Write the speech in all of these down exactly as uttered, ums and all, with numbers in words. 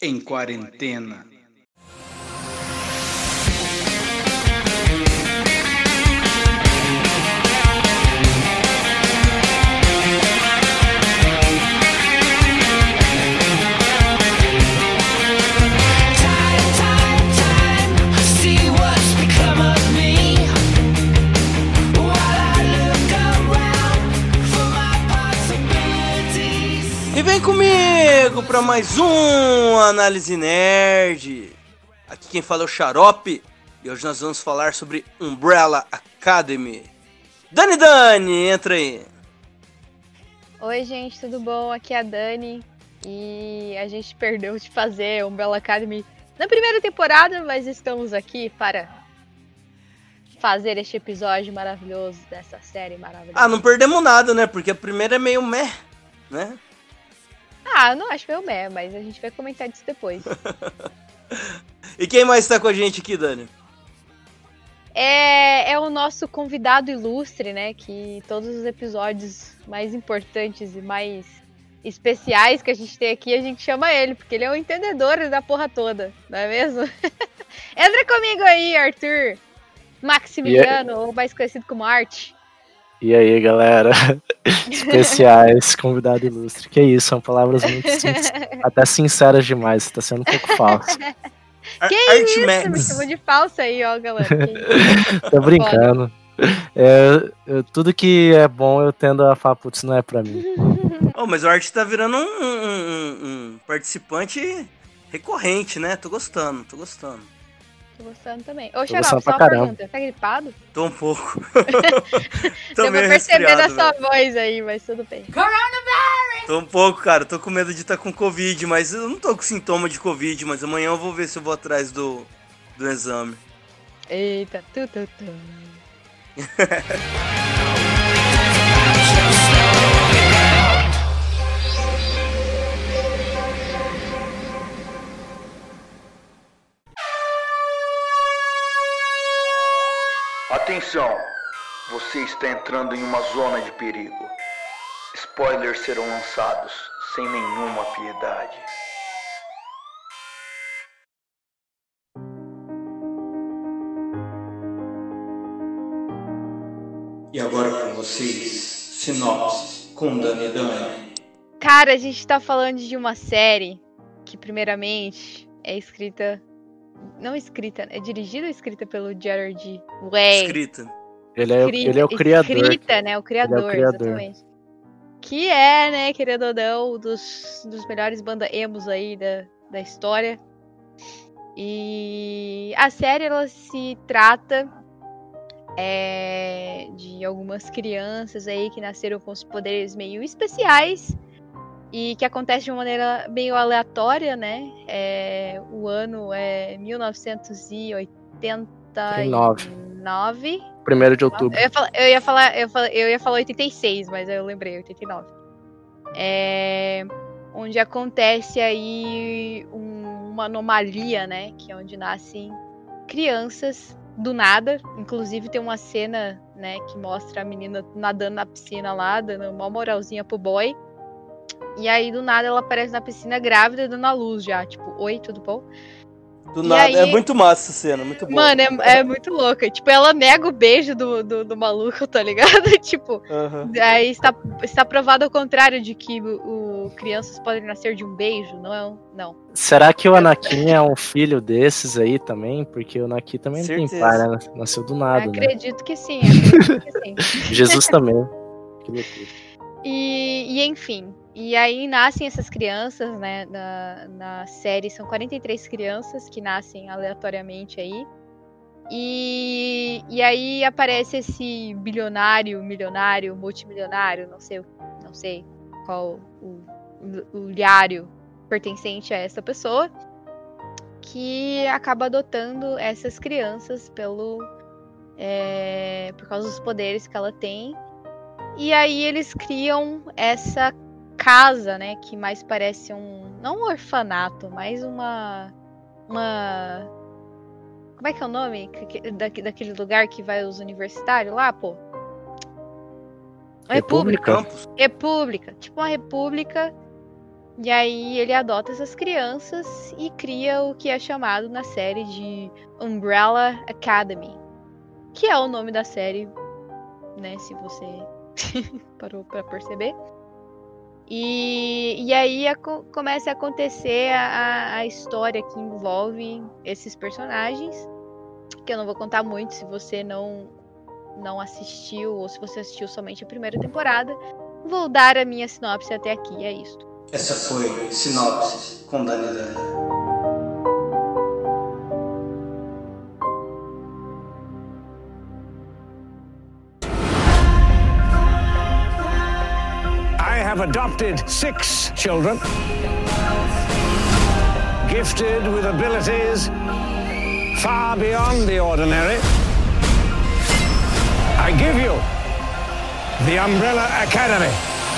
em quarentena. E vem comigo para mais um Análise Nerd. Aqui quem fala é o Xarope e hoje nós vamos falar sobre Umbrella Academy. Dani Dani, entra aí. Oi gente, tudo bom? Aqui é a Dani e a gente perdeu de fazer Umbrella Academy na primeira temporada, mas estamos aqui para fazer este episódio maravilhoso dessa série maravilhosa. Ah, não perdemos nada, né? Porque a primeira é meio meh, né? Ah, não acho meio meh, mas a gente vai comentar disso depois. E quem mais tá com a gente aqui, Dani? É, é o nosso convidado ilustre, né? Que todos os episódios mais importantes e mais especiais que a gente tem aqui, a gente chama ele, porque ele é o entendedor da porra toda, não é mesmo? Entra comigo aí, Arthur Maximiliano, ou mais conhecido como Art. E aí, galera? Especiais, convidado ilustre. Que isso, são palavras muito sin- até sinceras demais, tá sendo um pouco falso. Que Art isso? Max. Me chamou de falsa aí, ó, galera. Que Tô brincando. É, eu- tudo que é bom eu tendo a falar, putz, não é pra mim. Oh, mas o Art tá virando um, um- um- um participante recorrente, né? Tô gostando, tô gostando. Tô gostando também. Ô, Tô Xarope, gostando só pra uma caramba. pergunta. Tá gripado? Tô um pouco. Tô Deu pra meio perceber resfriado, na sua velho. voz aí, mas tudo bem. Tô um pouco, cara. Tô com medo de estar com Covid, mas eu não tô com sintoma de Covid, mas amanhã eu vou ver se eu vou atrás do, do exame. Eita, tu, tu, tu. Atenção! Você está entrando em uma zona de perigo. Spoilers serão lançados sem nenhuma piedade. E agora com vocês, sinopse com Dani Dani. Cara, a gente tá falando de uma série que, primeiramente, é escrita... Não escrita, é dirigida ou escrita pelo Jared Way? Escrita. Ele é, o- Escrita- ele é o criador. Escrita, né? O criador, criador. exatamente. Que é, né, querendo ou não, dos, dos melhores banda emos aí da, da história. E a série, ela se trata é, de algumas crianças aí que nasceram com os poderes meio especiais e que acontece de uma maneira meio aleatória, né? É, o ano é mil novecentos e oitenta e nove. Primeiro de outubro. Eu ia falar, eu ia falar, eu ia falar, eu ia falar oitenta e seis, mas eu lembrei, oitenta e nove. É, onde acontece aí um- uma anomalia, né? Que é onde nascem crianças do nada. Inclusive tem uma cena, né, que mostra a menina nadando na piscina lá, dando uma moralzinha pro boy. E aí, do nada, ela aparece na piscina grávida, dando a luz já. Tipo, oi, tudo bom? Do E nada. aí- É muito massa essa cena, muito boa. Mano, é, é muito louca. Tipo, ela nega o beijo do, do, do maluco, tá ligado? Tipo, Aham. aí está, está provado ao contrário de que o, o- crianças podem nascer de um beijo, não é um... Não. Será que o Anakin é um filho desses aí também? Porque o Anakin também não tem Certeza. pai, né? Nasceu do nada, né? Acredito que sim, acredito que sim. Jesus também. Que loucura. E, e enfim, e aí nascem essas crianças, né, na, na série, são quarenta e três crianças que nascem aleatoriamente aí, e, e aí aparece esse bilionário, milionário, multimilionário, não sei, não sei qual o, o, o ilhário pertencente a essa pessoa, que acaba adotando essas crianças pelo, é, por causa dos poderes que ela tem. E aí eles criam essa casa, né, que mais parece um, não um orfanato, mas uma, uma, como é que é o nome Que- da- daquele lugar que vai os universitários lá, pô? Uma república. República? Campos. República, tipo uma república E aí ele adota essas crianças e cria o que é chamado na série de Umbrella Academy, que é o nome da série, né, se você parou pra perceber. E, e aí a, começa a acontecer a, a história que envolve esses personagens, que eu não vou contar muito se você não, não assistiu ou se você assistiu somente a primeira temporada. Vou dar a minha sinopse até aqui, é isso. Essa foi Sinopse com Dani Dani. I have adopted six children, gifted with abilities far beyond the ordinary. I give you the Umbrella Academy.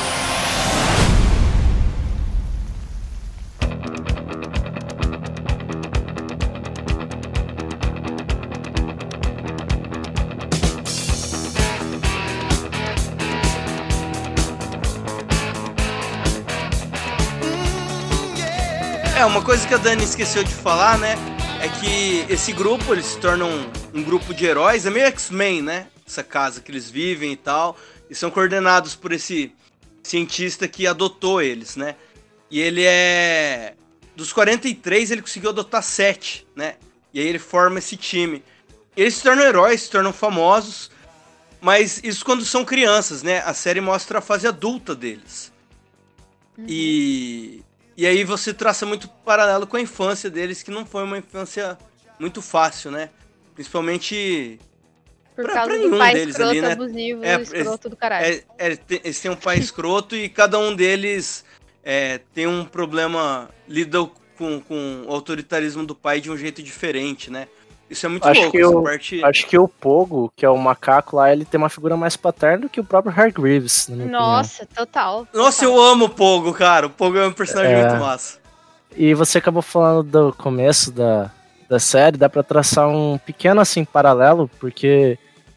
É, uma coisa que a Dani esqueceu de falar, né, é que esse grupo, eles se tornam um, um grupo de heróis, é meio X-Men, né, essa casa que eles vivem e tal, e são coordenados por esse cientista que adotou eles, né, e ele é... dos quarenta e três, ele conseguiu adotar sete, né, e aí ele forma esse time. Eles se tornam heróis, se tornam famosos, mas isso quando são crianças, né, a série mostra a fase adulta deles. Uhum. E... E aí você traça muito paralelo com a infância deles, que não foi uma infância muito fácil, né? Principalmente por pra, causa pra do nenhum pai deles escroto, ali, né? abusivo, é, escroto do caralho. É, é, eles têm um pai escroto e cada um deles é, tem um problema, lida com, com o autoritarismo do pai de um jeito diferente, né? Isso é muito acho louco, que essa o, parte... Acho que o Pogo, que é o macaco lá, ele tem uma figura mais paterna do que o próprio Hargreaves, na minha Nossa, opinião. total. Nossa, total. eu amo o Pogo, cara. O Pogo é um personagem É... muito massa. E você acabou falando do começo da, da série, dá pra traçar um pequeno, assim, paralelo, porque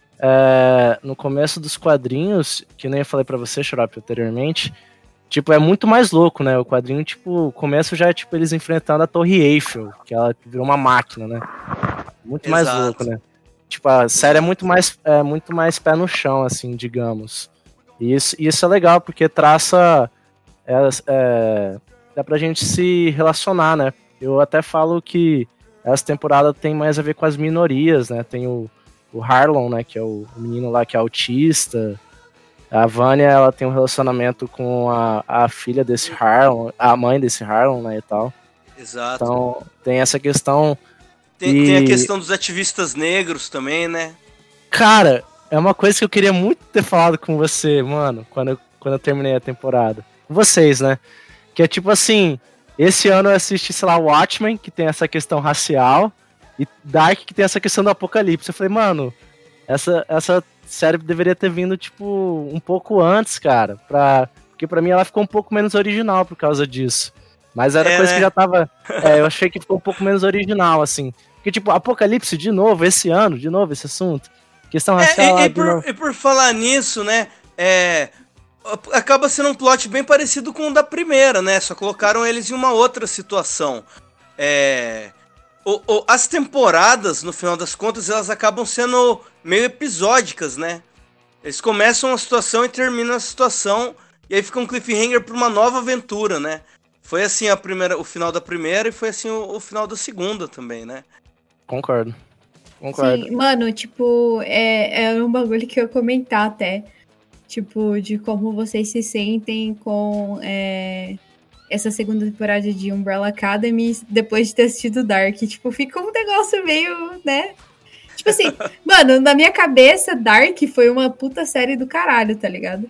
é, no começo dos quadrinhos, que nem eu falei pra você, Xarope, anteriormente, tipo, é muito mais louco, né? O quadrinho, tipo, o começo já é, tipo, eles enfrentando a Torre Eiffel, que ela virou uma máquina, né? Muito mais Exato. louco, né? Tipo, a série é muito mais, é muito mais pé no chão, assim, digamos. E isso, isso é legal, porque traça... É, é, dá pra gente se relacionar, né? Eu até falo que essa temporada tem mais a ver com as minorias, né? Tem o, o Harlon, né? Que é o, o menino lá que é autista. A Vanya, ela tem um relacionamento com a, a filha desse Harlon, a mãe desse Harlon, né? E tal. Exato. Então, tem essa questão... Tem, e... tem a questão dos ativistas negros também, né? Cara, é uma coisa que eu queria muito ter falado com você, mano, quando eu, quando eu terminei a temporada. Com vocês, né? Que é tipo assim, esse ano eu assisti, sei lá, Watchmen, que tem essa questão racial, e Dark, que tem essa questão do apocalipse. Eu falei, mano, essa, essa série deveria ter vindo, tipo, um pouco antes, cara, pra... porque pra mim ela ficou um pouco menos original por causa disso. Mas era é, coisa né? que já tava... É, eu achei que ficou um pouco menos original, assim. Porque, tipo, Apocalipse, de novo, esse ano, de novo, esse assunto. Questão racial... É, e, e, de por, novo. e por falar nisso, né, é... acaba sendo um plot bem parecido com o da primeira, né? Só colocaram eles em uma outra situação. É... O, o, as temporadas, no final das contas, elas acabam sendo meio episódicas, né? Eles começam uma situação e terminam a situação, e aí fica um cliffhanger para uma nova aventura, né? Foi assim a primeira, o final da primeira e foi assim o, o final da segunda também, né? Concordo. Concordo. Sim, mano, tipo, é, é um bagulho que eu ia comentar até. Tipo, de como vocês se sentem com é, essa segunda temporada de Umbrella Academy depois de ter assistido Dark. Tipo, fica um negócio meio, né? Tipo assim, mano, na minha cabeça, Dark foi uma puta série do caralho, tá ligado?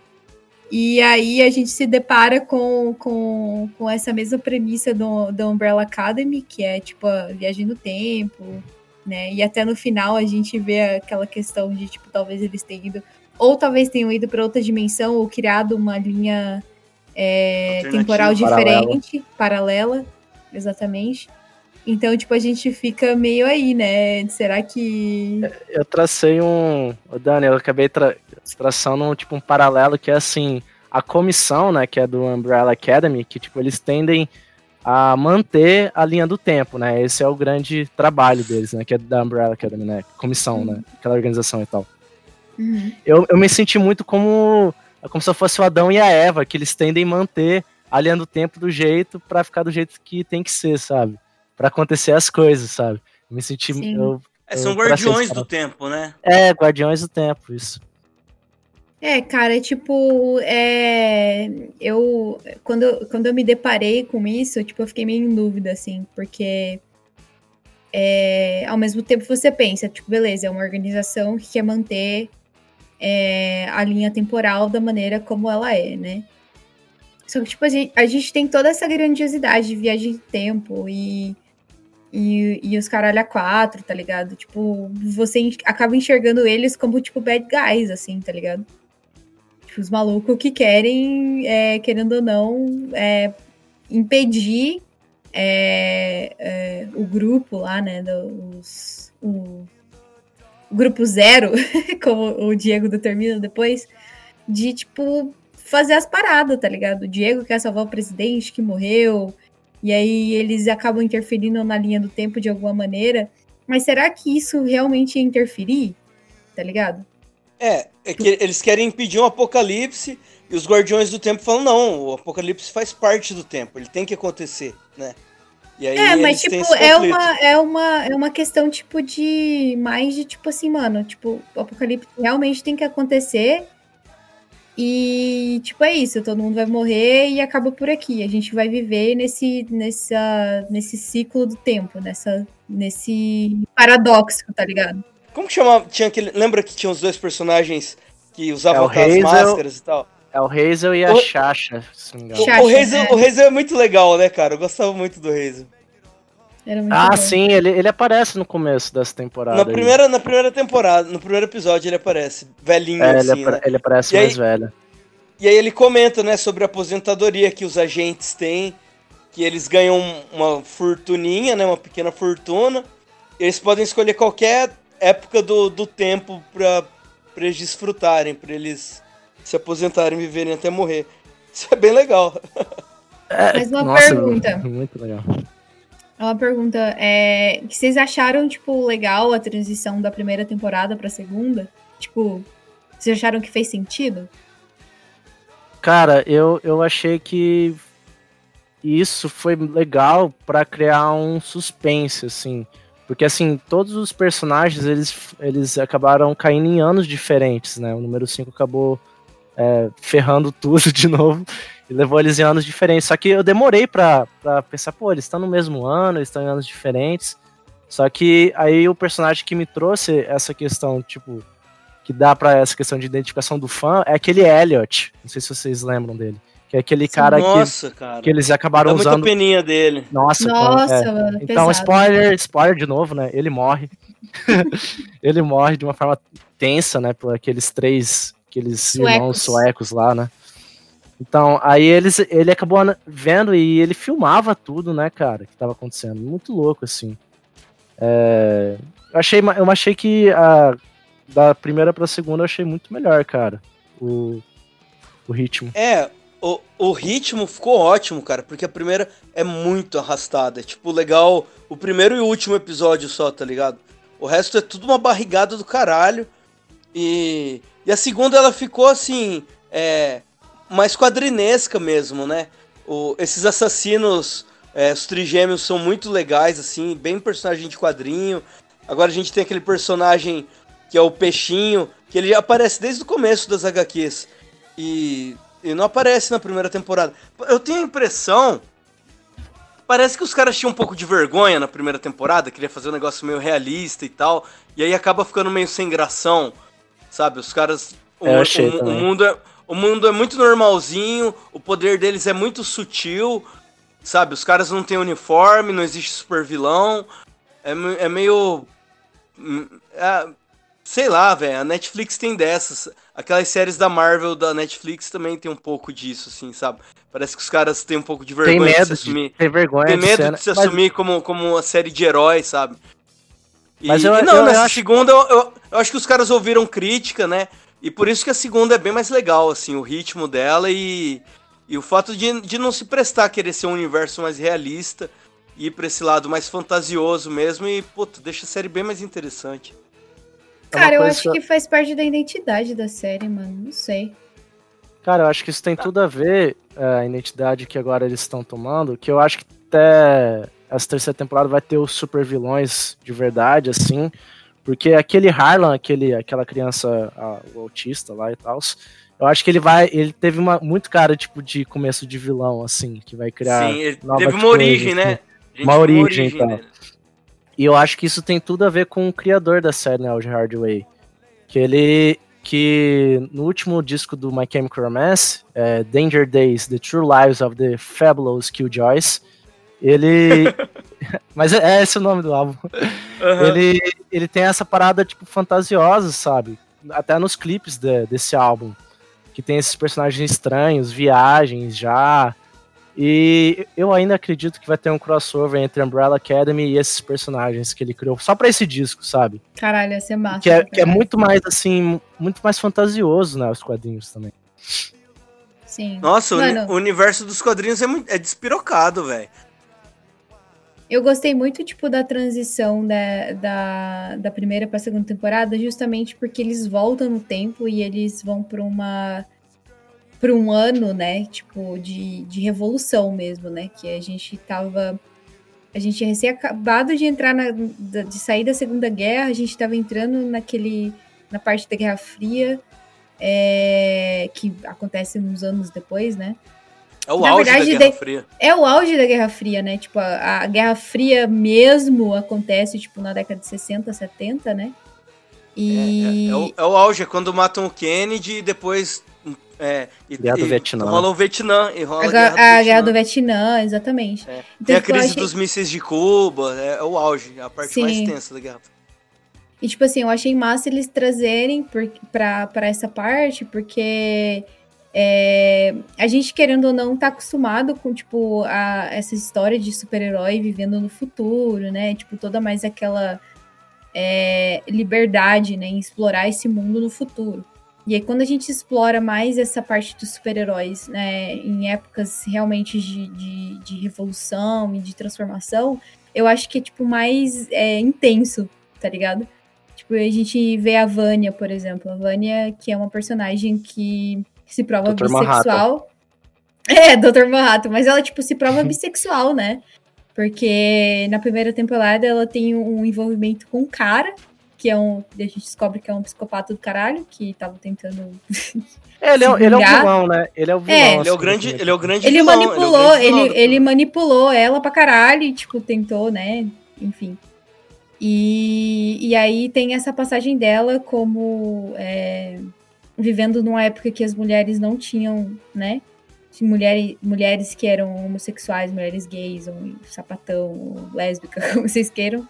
E aí a gente se depara com, com, com essa mesma premissa do, do Umbrella Academy, que é, tipo, a viagem no tempo, né? E até no final a gente vê aquela questão de, tipo, talvez eles tenham ido... Ou talvez tenham ido para outra dimensão ou criado uma linha é, temporal diferente, paralela. paralela, exatamente. Então, tipo, a gente fica meio aí, né? Será que... Eu tracei um... Dani, eu acabei tra... traçando tipo, um paralelo que é assim... a comissão, né, que é do Umbrella Academy, que, tipo, eles tendem a manter a linha do tempo, né? Esse é o grande trabalho deles, né? Que é da Umbrella Academy, né? Comissão, uhum. né? Aquela organização e tal. Uhum. Eu, eu me senti muito como, como se eu fosse o Adão e a Eva, que eles tendem a manter a linha do tempo do jeito pra ficar do jeito que tem que ser, sabe? Pra acontecer as coisas, sabe? Eu me senti... Eu, é, são eu guardiões do tempo, né? É, guardiões do tempo, isso. É, cara, tipo, é, eu, quando, eu, quando eu me deparei com isso, tipo, eu fiquei meio em dúvida, assim, porque é, ao mesmo tempo você pensa, tipo, beleza, é uma organização que quer manter é, a linha temporal da maneira como ela é, né? Só que, tipo, a gente, a gente tem toda essa grandiosidade de viagem de tempo e, e, e os caralho a quatro, tá ligado? Tipo, você acaba enxergando eles como, tipo, bad guys, assim, tá ligado? Os malucos que querem, é, querendo ou não, é, impedir é, é, o grupo lá, né, dos, o, o grupo zero, como o Diego determina depois, de, tipo, fazer as paradas, tá ligado? O Diego quer salvar o presidente que morreu, e aí eles acabam interferindo na linha do tempo de alguma maneira, mas será que isso realmente ia interferir, tá ligado? É, é que eles querem impedir um apocalipse e os Guardiões do Tempo falam, não, o apocalipse faz parte do tempo, ele tem que acontecer, né? E aí é, mas, tipo, é uma, é, uma, é uma questão, tipo, de... Mais de, tipo assim, mano, tipo, o apocalipse realmente tem que acontecer e, tipo, é isso, todo mundo vai morrer e acaba por aqui. A gente vai viver nesse, nessa, nesse ciclo do tempo, nessa, nesse paradoxo, tá ligado? Como que chamava? Tinha aquele, lembra que tinha os dois personagens que usavam é aquelas Hazel, máscaras e tal? É o Hazel e a o, Shasha, se não me engano. O, o, Hazel, é. o Hazel é muito legal, né, cara? Eu gostava muito do Hazel. Era muito ah, bom. sim, ele, ele aparece no começo dessa temporada. Na primeira, na primeira temporada, no primeiro episódio ele aparece, velhinho é, assim, ele, né? ele aparece e mais aí, velho. E aí ele comenta, né, sobre a aposentadoria que os agentes têm, que eles ganham uma fortuninha, né, uma pequena fortuna, e eles podem escolher qualquer época do, do tempo pra, pra eles desfrutarem, pra eles se aposentarem, viverem até morrer. Isso é bem legal. É, Mas uma nossa, pergunta. Muito legal. Uma pergunta, é, que vocês acharam, tipo, legal a transição da primeira temporada pra segunda? Tipo, vocês acharam que fez sentido? Cara, eu, eu achei que isso foi legal pra criar um suspense, assim. Porque, assim, todos os personagens, eles, eles acabaram caindo em anos diferentes, né? O número cinco acabou é, ferrando tudo de novo e levou eles em anos diferentes. Só que eu demorei pra, pra pensar, pô, eles estão no mesmo ano, eles estão em anos diferentes. Só que aí o personagem que me trouxe essa questão, tipo, que dá pra essa questão de identificação do fã, é aquele Elliot. Não sei se vocês lembram dele. Que é aquele cara, Nossa, que, cara. que eles acabaram Dá muita usando... peninha dele. Nossa, Nossa é. mano, Então, pesado. spoiler, spoiler de novo, né? Ele morre. Ele morre de uma forma tensa, né? Por aqueles três, aqueles Suecos. irmãos suecos lá, né? Então, aí eles, ele acabou vendo e ele filmava tudo, né, cara, que tava acontecendo. Muito louco, assim. É, eu, achei, eu achei que a, da primeira pra segunda eu achei muito melhor, cara, o, o ritmo. É, o, o ritmo ficou ótimo, cara, porque a primeira é muito arrastada. É, tipo, legal, o primeiro e o último episódio só, tá ligado? O resto é tudo uma barrigada do caralho. E, e a segunda, ela ficou, assim, é, mais quadrinesca mesmo, né? O, esses assassinos, é, os trigêmeos são muito legais, assim, bem personagem de quadrinho. Agora a gente tem aquele personagem que é o Peixinho, que ele aparece desde o começo das agá quês. E, e não aparece na primeira temporada. Eu tenho a impressão... Parece que os caras tinham um pouco de vergonha na primeira temporada, queria fazer um negócio meio realista e tal, e aí acaba ficando meio sem gração, sabe? Os caras... O, Eu achei o, o, também. mundo é, o mundo é muito normalzinho, o poder deles é muito sutil, sabe? Os caras não têm uniforme, não existe super vilão, é, é meio... É, sei lá, velho, a Netflix tem dessas. Aquelas séries da Marvel da Netflix também tem um pouco disso, assim, sabe? Parece que os caras têm um pouco de vergonha Tem medo de se assumir. de, tem vergonha tem medo de, de se mas... assumir como, como uma série de heróis, sabe? E, Mas eu, e não, eu, nessa eu acho... segunda eu, eu, eu acho que os caras ouviram crítica, né? E por isso que a segunda é bem mais legal, assim, o ritmo dela e, e o fato de, de não se prestar a querer ser um universo mais realista e ir pra esse lado mais fantasioso mesmo e, puto, deixa a série bem mais interessante. Cara, É eu coisa acho que- que faz parte da identidade da série, mano. Não sei. Cara, eu acho que isso tem tudo a ver, é, a identidade que agora eles estão tomando, que eu acho que até essa terceira temporada vai ter os super vilões de verdade, assim, porque aquele Harlan, aquele, aquela criança, a, o autista lá e tal, eu acho que ele vai, ele teve uma, muito cara, tipo, de começo de vilão, assim, que vai criar Sim, ele novas teve uma coisas, origem, assim. né? A gente Uma viu origem, então. dele. E eu acho que isso tem tudo a ver com o criador da série, né, o Gerard Way. Que ele, que no último disco do My Chemical Romance, é, Danger Days, The True Lives of the Fabulous Killjoys, ele... Mas é, é esse o nome do álbum. Uhum. Ele, ele tem essa parada, tipo, fantasiosa, sabe? Até nos clipes de- desse álbum. Que tem esses personagens estranhos, viagens já... E eu ainda acredito que vai ter um crossover entre Umbrella Academy e esses personagens que ele criou, só pra esse disco, sabe? Caralho, ia ser massa. Que é, pra que é caralho. muito mais, assim, muito mais fantasioso, né, os quadrinhos também. Sim. Nossa, o uni- Mano, o universo dos quadrinhos é, muito, é despirocado, velho. eu gostei muito, tipo, da transição da, da, da primeira pra segunda temporada, justamente porque eles voltam no tempo e eles vão pra uma... pra um ano, né, tipo, de, de revolução mesmo, né, que a gente tava... A gente tinha recém acabado de entrar, na, da- de sair da Segunda Guerra, a gente tava entrando naquele... na parte da Guerra Fria, é, que acontece uns anos depois, né. É o Na auge verdade, da Guerra de- Fria. É o auge da Guerra Fria, né? Tipo, a, a Guerra Fria mesmo acontece, tipo, na década de sessenta, setenta, né? E... É, é o, é o auge, é quando matam o Kennedy e depois... É, e, Guerra do e Vietnã. rola o Vietnã. E rola a, a, ga- Guerra a do Guerra do Vietnã. Vietnã, exatamente. É. Então, Tem a tipo, eu crise achei- dos mísseis de Cuba, é, é o auge, é a parte mais Sim. tensa da Guerra Fria. E, tipo assim, eu achei massa eles trazerem por, pra, pra essa parte, porque é, a gente, querendo ou não, tá acostumado com, tipo, a, essa história de super-herói vivendo no futuro, né? Tipo, toda mais aquela é, liberdade, né? Em explorar esse mundo no futuro. E aí, quando a gente explora mais essa parte dos super-heróis, né? Em épocas realmente de, de, de revolução e de transformação, eu acho que é, tipo, mais é, intenso, tá ligado? Tipo, a gente vê a Vânia, por exemplo. A Vânia, que é uma personagem que se prova doutor bissexual. É, doutor Manhattan. Mas ela, tipo, se prova bissexual, né? Porque na primeira temporada ela tem um envolvimento com um cara, que é um... A gente descobre que é um psicopata do caralho, que tava tentando... Ele é, Se ele é o vingar. vilão, né? Ele é o vilão. É. Ele é o assim, grande, né? ele é o grande Ele vilão. manipulou, ele, é o grande ele, vilão do ele filme. manipulou ela pra caralho e, tipo, tentou, né? Enfim. E, e aí tem essa passagem dela como é, vivendo numa época que as mulheres não tinham, né? Mulheres, mulheres que eram homossexuais, mulheres gays, ou sapatão, ou lésbica, como vocês queiram.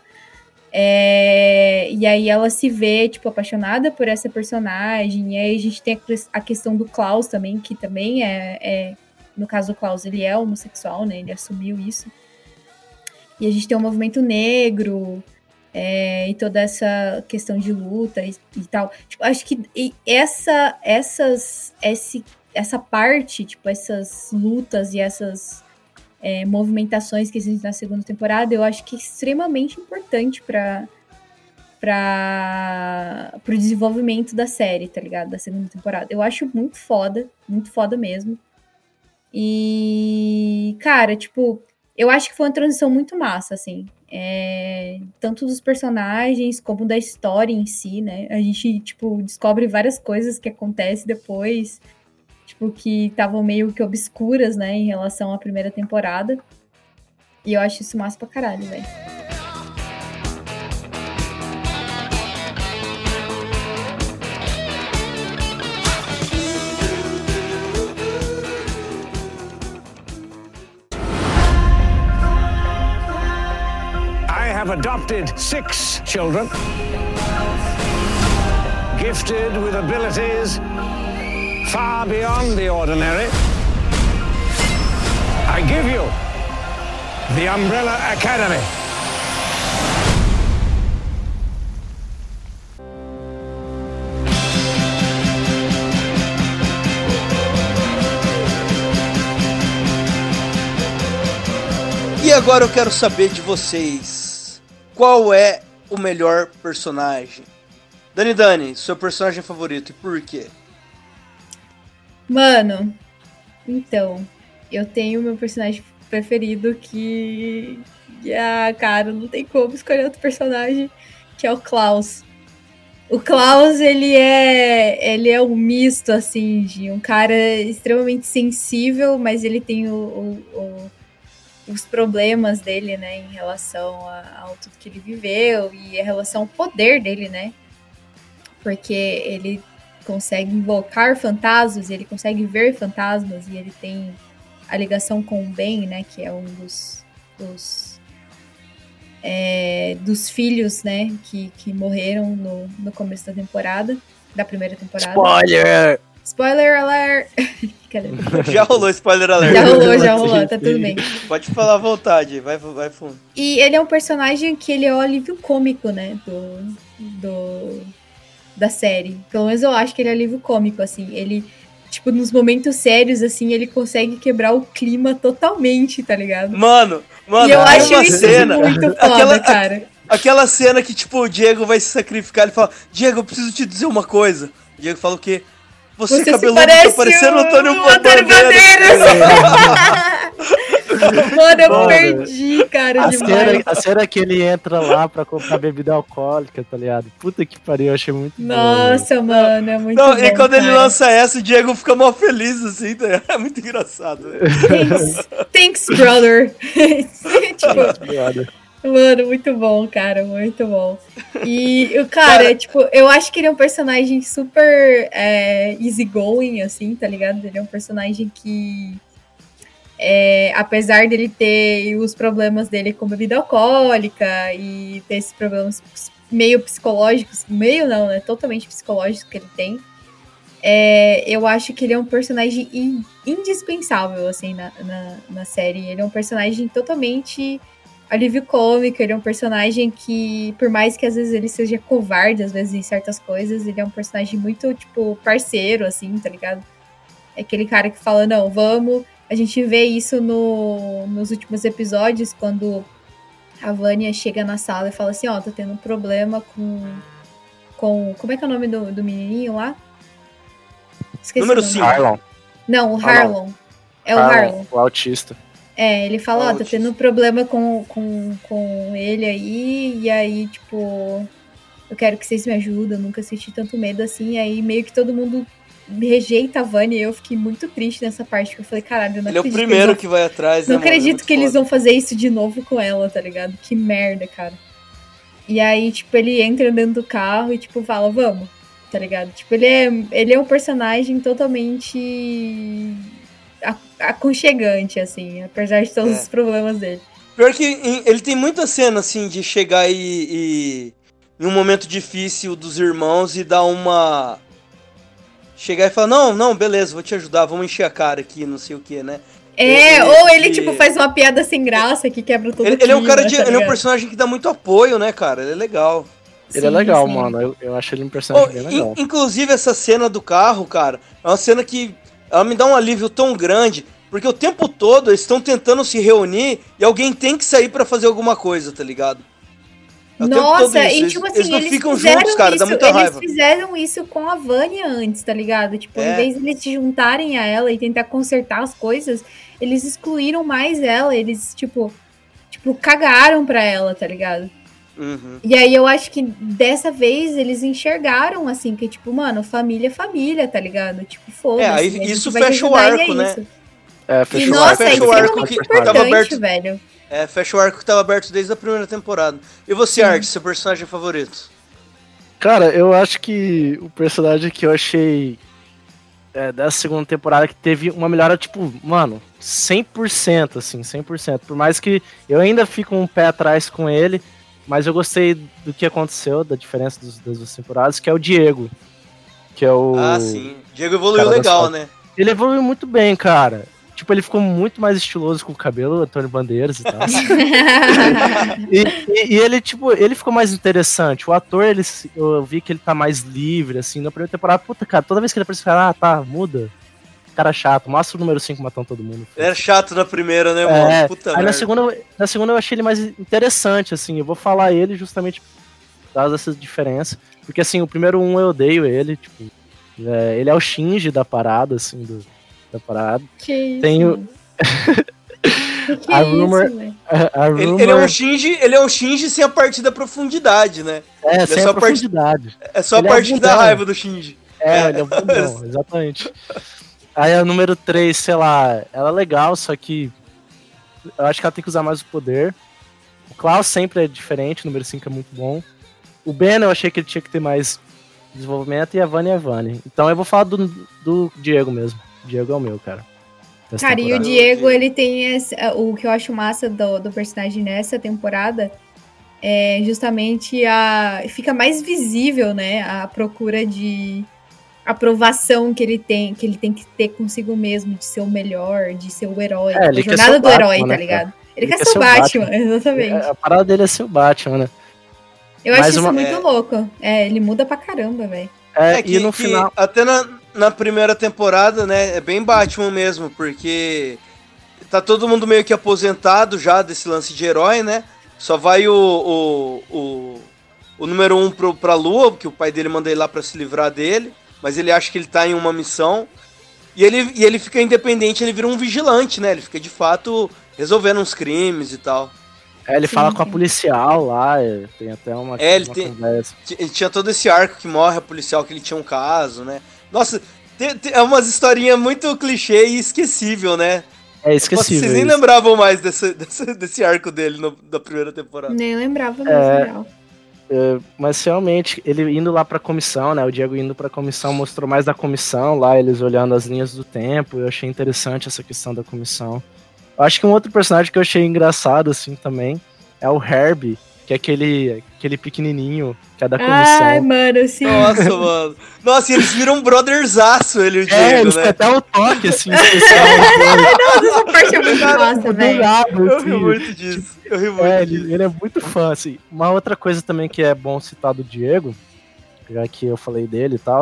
É, e aí ela se vê, tipo, apaixonada por essa personagem. E aí a gente tem a questão do Klaus também, que também é, é... No caso do Klaus, ele é homossexual, né? Ele assumiu isso. E a gente tem o movimento negro... É, e toda essa questão de luta e, e tal. Tipo, acho que essa, essas, esse, essa parte, tipo, essas lutas e essas é, movimentações que existem na segunda temporada, eu acho que é extremamente importante para para o desenvolvimento da série, tá ligado? Da segunda temporada. Eu acho muito foda, muito foda mesmo. E, cara, tipo, eu acho que foi uma transição muito massa, assim. É, tanto dos personagens como da história em si, né? A gente, tipo, descobre várias coisas que acontecem depois, tipo, que estavam meio que obscuras, né, em relação à primeira temporada. E eu acho isso massa pra caralho, velho. I have adopted six children, gifted with abilities far beyond the ordinary. I give you the Umbrella Academy. agora eu quero saber de vocês. Qual é o melhor personagem? Dani Dani, seu personagem favorito e por quê? Mano, então, eu tenho meu personagem preferido que... Ah, cara, não tem como escolher outro personagem, que é o Klaus. O Klaus, ele é, ele é um misto, assim, de um cara extremamente sensível, mas ele tem o, o, o, os problemas dele, né, em relação a, ao tudo que ele viveu e em relação ao poder dele, né? Porque ele consegue invocar fantasmas, ele consegue ver fantasmas e ele tem a ligação com o Ben, né, que é um dos... dos É, dos filhos, né, que, que morreram no, no começo da temporada, da primeira temporada. Spoiler! Spoiler alert! Já rolou spoiler alert. Já rolou, já rolou, tá tudo bem. Pode falar à vontade, vai, vai fundo. E ele é um personagem que ele é o alívio cômico, né, do, do, da série. Pelo menos eu acho que ele é alívio cômico, assim, ele... Tipo, nos momentos sérios, assim, ele consegue quebrar o clima totalmente, tá ligado? Mano, mano, e eu tem acho uma isso cena, muito foda, aquela, cara. A, aquela cena que, tipo, o Diego vai se sacrificar, ele fala, Diego, eu preciso te dizer uma coisa. O Diego fala o quê? Você, Você cabeludo tá parecendo o Antônio, Antônio Bandeiras. Mano, eu Mano, perdi, cara, a demais. Cena, a cena que ele entra lá pra comprar bebida alcoólica, tá ligado? Puta que pariu, eu achei muito Nossa, bom, mano, é muito Não, bom, e quando cara. ele lança essa, o Diego fica mó feliz, assim, tá? É muito engraçado. Thanks, thanks brother. tipo, mano, muito bom, cara, muito bom. E o cara, cara, tipo, eu acho que ele é um personagem super é, easygoing, assim, tá ligado? Ele é um personagem que... É, apesar dele ter os problemas dele com bebida alcoólica e ter esses problemas meio psicológicos, meio não, né? Totalmente psicológicos que ele tem, é, eu acho que ele é um personagem indispensável, assim, na, na, na série. Ele é um personagem totalmente alívio cômico, ele é um personagem que, por mais que às vezes ele seja covarde, às vezes em certas coisas, ele é um personagem muito, tipo, parceiro, assim, tá ligado? É aquele cara que fala, não, vamos... A gente vê isso no, nos últimos episódios, quando a Vânia chega na sala e fala assim, ó, oh, tô tendo um problema com... com como é que é o nome do, do menininho lá? Esqueci Número cinco. Harlon. Não, o Harlon. É o Harlon, Harlon. O autista. É, ele fala, ó, oh, tô tendo um problema com, com, com ele aí, e aí, tipo, eu quero que vocês me ajudem, eu nunca senti tanto medo assim, e aí meio que todo mundo... rejeita a Vânia e eu fiquei muito triste nessa parte, porque eu falei, caralho, eu não Ele acredito. Ele é o primeiro que, que vai atrás, Não né, acredito é que eles foda. vão fazer isso de novo com ela, tá ligado? Que merda, cara. E aí, tipo, ele entra dentro do carro e, tipo, fala, vamos, tá ligado? Tipo, ele é, ele é um personagem totalmente aconchegante, assim, apesar de todos é. os problemas dele. Pior que ele tem muita cena, assim, de chegar e, e em um momento difícil dos irmãos e dar uma... Chegar e falar, não, não, beleza, vou te ajudar, vamos encher a cara aqui, não sei o que, né? É, ele, ou ele, tipo, faz uma piada sem graça que quebra todo ele, o clima, ele é um cara de, tá ele é um personagem que dá muito apoio, né, cara? Ele é legal. Ele sim, é legal, sim. mano. Eu, eu acho ele um personagem oh, bem legal. In, inclusive, essa cena do carro, cara, é uma cena que ela me dá um alívio tão grande, porque o tempo todo eles estão tentando se reunir e alguém tem que sair pra fazer alguma coisa, tá ligado? É Nossa, e eles, tipo assim, eles não eles ficam juntos, cara, isso, dá muita eles raiva. Eles fizeram isso com a Vânia antes, tá ligado? Tipo, é. em vez de eles se juntarem a ela e tentar consertar as coisas, eles excluíram mais ela, eles, tipo, tipo, cagaram pra ela, tá ligado? Uhum. E aí eu acho que dessa vez eles enxergaram, assim, que tipo, mano, família é família, tá ligado? Tipo, foda-se. É, aí isso fecha o arco, né? Isso. É, fecha e, o nossa, arco. Fecha é o arco extremamente que tava importante, aberto. velho. É, fecha o arco que tava aberto desde a primeira temporada. E você, Art, seu personagem favorito? Cara, eu acho que o personagem que eu achei é, dessa segunda temporada que teve uma melhora, tipo, mano, cem por cento, assim, cem por cento. Por mais que eu ainda fico um pé atrás com ele, mas eu gostei do que aconteceu, da diferença dos, das duas temporadas, que é o Diego. Que é o... Ah, sim. Diego evoluiu legal, né? Ele evoluiu muito bem, cara. Tipo, ele ficou muito mais estiloso com o cabelo, Antônio Bandeiras e tal. e, e, e ele, tipo, ele ficou mais interessante. O ator, ele, eu vi que ele tá mais livre, assim, na primeira temporada. Puta, cara, toda vez que ele aparece, ah, tá, muda. cara chato, mostra o número cinco matando todo mundo. Era chato na primeira, né, mano? É, Puta aí merda. na segunda, na segunda eu achei ele mais interessante, assim, eu vou falar ele justamente por causa dessa diferença, porque assim, o primeiro um eu odeio ele, tipo, é, ele é o Shinji da parada, assim, do, da parada. Que isso? Tem o... que que a é rumor, isso, velho? a, a Ele, rumor... ele é um Shinji, ele é um Shinji sem a parte da profundidade, né? É, ele sem é só a profundidade. Part... É só Ele a é parte bundão. da raiva do Shinji. É, é. Ele é um bundão, exatamente. Aí a número três, sei lá, ela é legal, só que eu acho que ela tem que usar mais o poder. O Klaus sempre é diferente, o número cinco é muito bom. O Ben eu achei que ele tinha que ter mais desenvolvimento, e a Vani é a Vani. Então eu vou falar do, do Diego mesmo. O Diego é o meu, cara. Cara, e o Diego, ele tem esse, o que eu acho massa do, do personagem nessa temporada é justamente a... fica mais visível, né, a procura de aprovação que ele tem, que ele tem que ter consigo mesmo, de ser o melhor, de ser o herói. É, ele a quer jornada ser o do herói, Batman, tá né, ligado? cara? Ele, Ele quer quer ser o ser o Batman, Batman. exatamente. A, a parada dele é ser o Batman, né? Eu Mas acho uma- isso muito é- louco. É, ele muda pra caramba, velho. É, É que, e no que final... até na, na primeira temporada, né, é bem Batman mesmo, porque tá todo mundo meio que aposentado já desse lance de herói, né? Só vai o, o, o, o número um pro, pra Lua, porque o pai dele manda ele lá pra se livrar dele, mas ele acha que ele tá em uma missão. E ele, e ele fica independente, ele vira um vigilante, né? Ele fica de fato resolvendo uns crimes e tal. É, ele Sim, fala com a sim. policial lá, é, tem até uma, É, ele uma tem- conversa. T- Ele tinha todo esse arco que morre a policial, que ele tinha um caso, né? Nossa, tem, tem- é umas historinhas muito clichê e esquecível, né? É Nossa, esquecível vocês nem isso. lembravam mais desse, desse, desse arco dele no- da primeira temporada. Nem lembrava mesmo, É. real. É, mas realmente, ele indo lá pra comissão, né? O Diego indo pra comissão mostrou mais da comissão lá, eles olhando as linhas do tempo. Eu achei interessante essa questão da comissão. Eu acho que um outro personagem que eu achei engraçado, assim, também, é o Herbie, que é aquele, aquele pequenininho que é da comissão. Ai, mano, sim. Nossa, mano. Nossa, e eles viram um brotherzaço, ele e o é, Diego, eles têm né? até o toque, assim, especial. Nossa, essa parte é muito massa, do velho. nada, Eu assim. ri muito disso. Eu ri muito É, disso. ele, ele é muito fã, assim. Uma outra coisa também que é bom citar do Diego, já que eu falei dele e tal,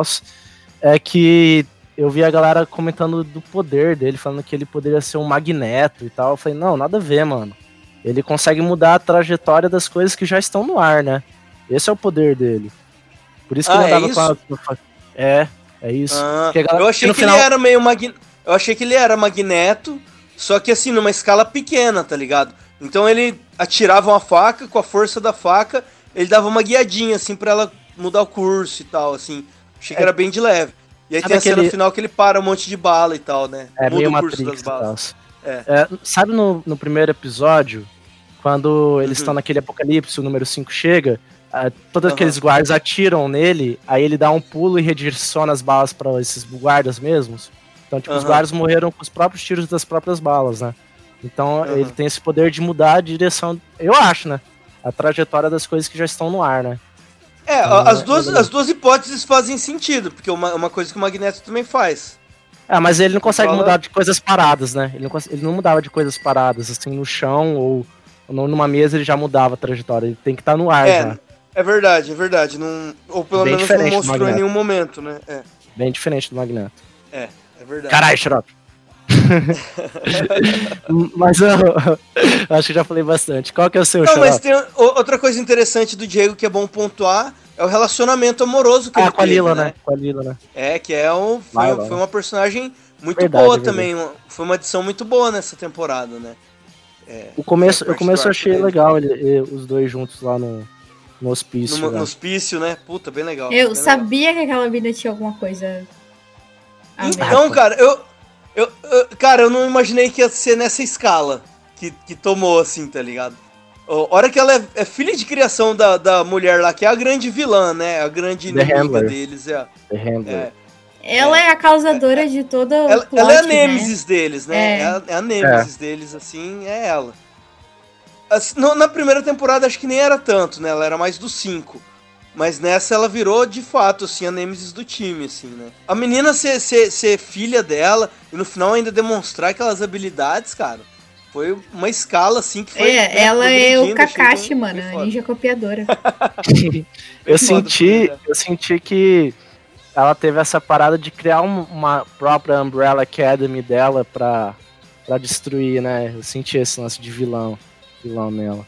é que eu vi a galera comentando do poder dele, falando que ele poderia ser um magneto e tal. Eu falei, não, nada a ver, mano. Ele consegue mudar a trajetória das coisas que já estão no ar, né? Esse é o poder dele. Por isso que Ah, ele é andava com a... É, é isso. Ah, Porque a galera- eu achei no que final- ele era meio magneto. Eu achei que ele era magneto, só que assim, numa escala pequena, tá ligado? Então ele atirava uma faca, com a força da faca, ele dava uma guiadinha, assim, pra ela mudar o curso e tal, assim. Achei que É. era bem de leve. E aí Sabe tem a cena aquele- final que ele para um monte de bala e tal, né? É Muda meio o curso Matrix das e balas. tal. É. É, sabe no, no primeiro episódio, quando eles Uhum. estão naquele apocalipse, o número cinco chega, ah, todos Aham. aqueles guardas atiram nele, aí ele dá um pulo e redireciona as balas para esses guardas mesmos. Então, tipo, os Aham. guardas morreram com os próprios tiros das próprias balas, né? Então, Aham. ele tem esse poder de mudar a direção, eu acho, né? A trajetória das coisas que já estão no ar, né? É, Ah, as duas, legal. as duas hipóteses fazem sentido, porque uma, uma coisa que o Magneto também faz. Ah, mas ele não consegue Controla- mudar de coisas paradas, né? Ele não, cons- ele não mudava de coisas paradas, assim, no chão ou, ou numa mesa ele já mudava a trajetória. Ele tem que estar no ar É, já. é verdade, é verdade. Não, ou pelo Bem menos não diferente do mostrou em Magneto. nenhum momento, né? É, Bem diferente do Magneto. é, é verdade. Caralho, Xarope! Mas eu, acho que já falei bastante. Qual que é o seu, Não, mas Xarope? tem o- outra coisa interessante do Diego que é bom pontuar, é o relacionamento amoroso que Ah, ele com a teve, Lila, né? né? Com a Lila, né? É, que é um, foi, Vai, vai. foi uma personagem muito Verdade, boa verdade. também. uma- Foi uma adição muito boa nessa temporada, né? É, O começo, Foi a o parte começo do eu arco achei dele. legal, ele, ele- os dois juntos lá no, no hospício. no, lá. no hospício, né? Puta, bem legal. Eu bem sabia que aquela vida tinha alguma coisa a ver. Então, cara, eu, eu, eu- Cara, eu não imaginei que ia ser nessa escala que, que tomou, assim, tá ligado? A hora que ela é, é filha de criação da, da mulher lá, que é a grande vilã, né? A grande The inimiga Handler. deles. É, The Handler. é. Ela é a causadora de todo o Ela, plot, ela é a né? nêmesis deles, né? É. É, a, é a nêmesis deles, assim, é ela. Assim, no- na primeira temporada acho que nem era tanto, né? Ela era mais dos cinco. Mas nessa ela virou, de fato, assim, a nêmesis do time, assim, né? A menina ser, ser, ser filha dela e no final ainda demonstrar aquelas habilidades, cara, foi uma escala, assim, que foi... É, né, ela é o progredindo, achei Kakashi, bem- mano, bem a foda. ninja copiadora. Eu foda senti, pra mim, eu senti que ela teve essa parada de criar um, uma própria Umbrella Academy dela pra, pra destruir, né? Eu senti esse lance de vilão, vilão nela.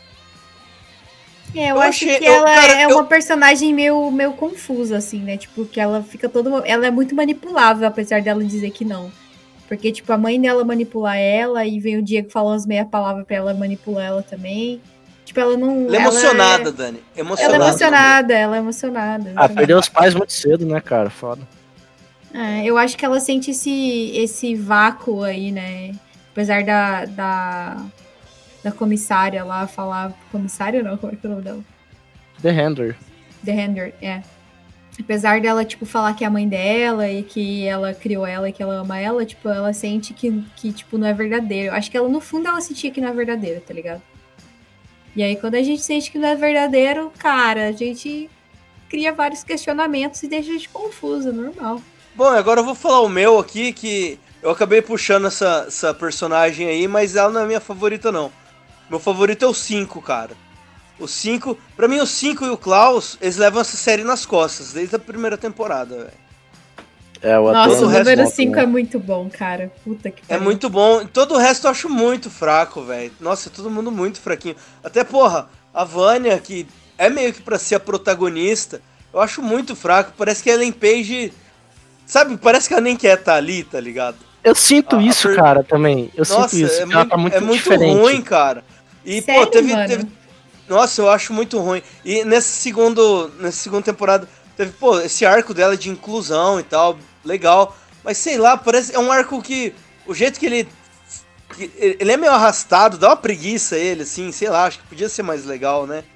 É, eu, Eu acho achei- que eu- ela cara, é eu- uma personagem meio, meio confusa, assim, né? Tipo, que ela fica toda. Ela é muito manipulável, apesar dela dizer que não. Porque, tipo, a mãe dela manipula ela, e vem o Diego falar umas meia palavras pra ela manipular ela também. Tipo, ela não. Ela é emocionada, Dani. Ela é Emocionada. emocionada, ela é emocionada. Ah, perdeu os pais muito cedo, né, cara? Foda. É, eu acho que ela sente esse, esse vácuo aí, né? Apesar da, da, da comissária lá falar. Comissária não? Como é que é o nome dela? The Handler. The Handler, é. Apesar dela, tipo, falar que é a mãe dela e que ela criou ela e que ela ama ela, tipo, ela sente que, que tipo, não é verdadeiro. Eu acho que ela, no fundo, ela sentia que não é verdadeiro, tá ligado? E aí, quando a gente sente que não é verdadeiro, cara, a gente cria vários questionamentos e deixa a gente confusa, normal. Bom, agora eu vou falar o meu aqui, que eu acabei puxando essa, essa personagem aí, mas ela não é minha favorita, não. Meu favorito é o cinco, cara. O cinco, pra mim o cinco e o Klaus, eles levam essa série nas costas, desde a primeira temporada, velho. É, o Nossa, ator o resto número volta, cinco né? é muito bom, cara. Puta que É pariu. muito bom. Todo o resto eu acho muito fraco, velho. Nossa, é todo mundo muito fraquinho. Até, porra, a Vânia, que é meio que pra ser a protagonista, eu acho muito fraco. Parece que a Ellen Page, sabe, parece que ela nem quer estar ali, tá ligado? Eu sinto A- a isso, per- cara, também. Eu Nossa, sinto isso. é que ela muito, tá muito é muito diferente. ruim, cara. E, Sério, pô, teve, mano? teve... Nossa, eu acho muito ruim. E nesse segundo, nessa segunda temporada, teve, pô, esse arco dela de inclusão e tal, legal. Mas sei lá, parece. É um arco que. O jeito que ele. Que ele é meio arrastado, dá uma preguiça ele, assim, sei lá, acho que podia ser mais legal, né?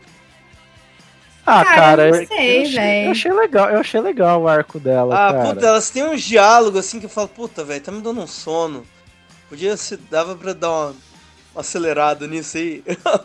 Ah, Cara, cara, eu eu, não sei, eu achei, véi. eu achei legal, eu achei legal o arco dela, Ah, cara. puta, elas têm uns diálogos assim que eu falo, puta, velho, tá me dando um sono. Podia ser. Dava pra dar uma, uma acelerada nisso aí.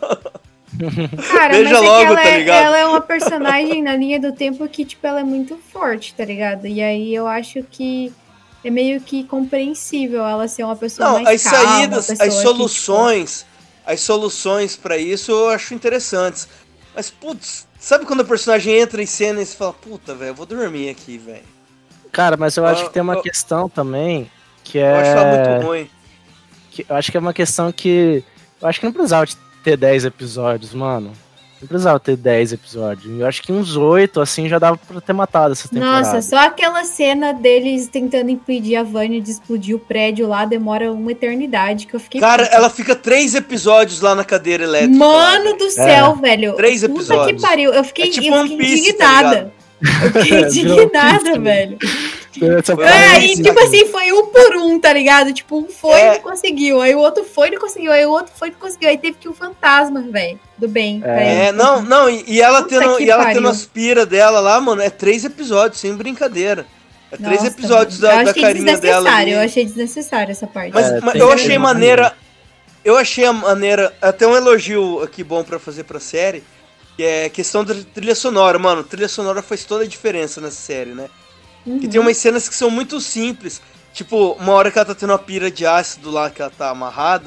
Cara, Veja mas é logo, que ela, tá é, ligado? ela é uma personagem na linha do tempo que, tipo, ela é muito forte, tá ligado? E aí eu acho que é meio que compreensível ela ser uma pessoa Não, mais as calma, uma saídas, pessoa as que, soluções, as soluções pra isso eu acho interessantes. Mas, putz, sabe quando a personagem entra em cena e você fala, puta, velho, eu vou dormir aqui, velho. Cara, mas eu acho Eu- que tem uma eu- questão também que Eu acho ela é. muito ruim. que- eu acho que é uma questão que. Eu acho que não precisava de ter dez episódios, mano. Não precisava ter dez episódios. Eu acho que uns oito, assim, já dava pra ter matado essa tipo, temporada. nossa, só aquela cena deles tentando impedir a Vânia de explodir o prédio lá demora uma eternidade que eu fiquei... Cara, puta. ela fica três episódios lá na cadeira elétrica. lá, Mano velho. do céu, velho. Três Puta episódios. que pariu. Eu fiquei, É tipo eu One fiquei Piece, tá indignada. ligado? eu fiquei Virou indignada, One Piece, velho. Essa É, parada É, de- e tipo assim, foi um por um, tá ligado? Tipo, um foi e É. não conseguiu. Aí o outro foi e não conseguiu. Aí o outro foi e não conseguiu. Aí teve que um fantasma, velho. Do bem. pra É, ele. não, não, e, e ela Puta tendo, que e ela pariu. tendo as pira dela lá, mano, é três episódios, sem brincadeira. É três Nossa, episódios mano. da, eu da achei carinha dela desnecessário. Eu ali. achei desnecessário essa parte. Mas, É, mas tem eu que achei ter maneira. Eu achei a maneira. Até um elogio aqui bom pra fazer pra série. Que é questão da trilha sonora, mano. Trilha sonora faz toda a diferença nessa série, né? Uhum. Que tem umas cenas que são muito simples. Tipo, uma hora que ela tá tendo uma pira de ácido lá, que ela tá amarrada.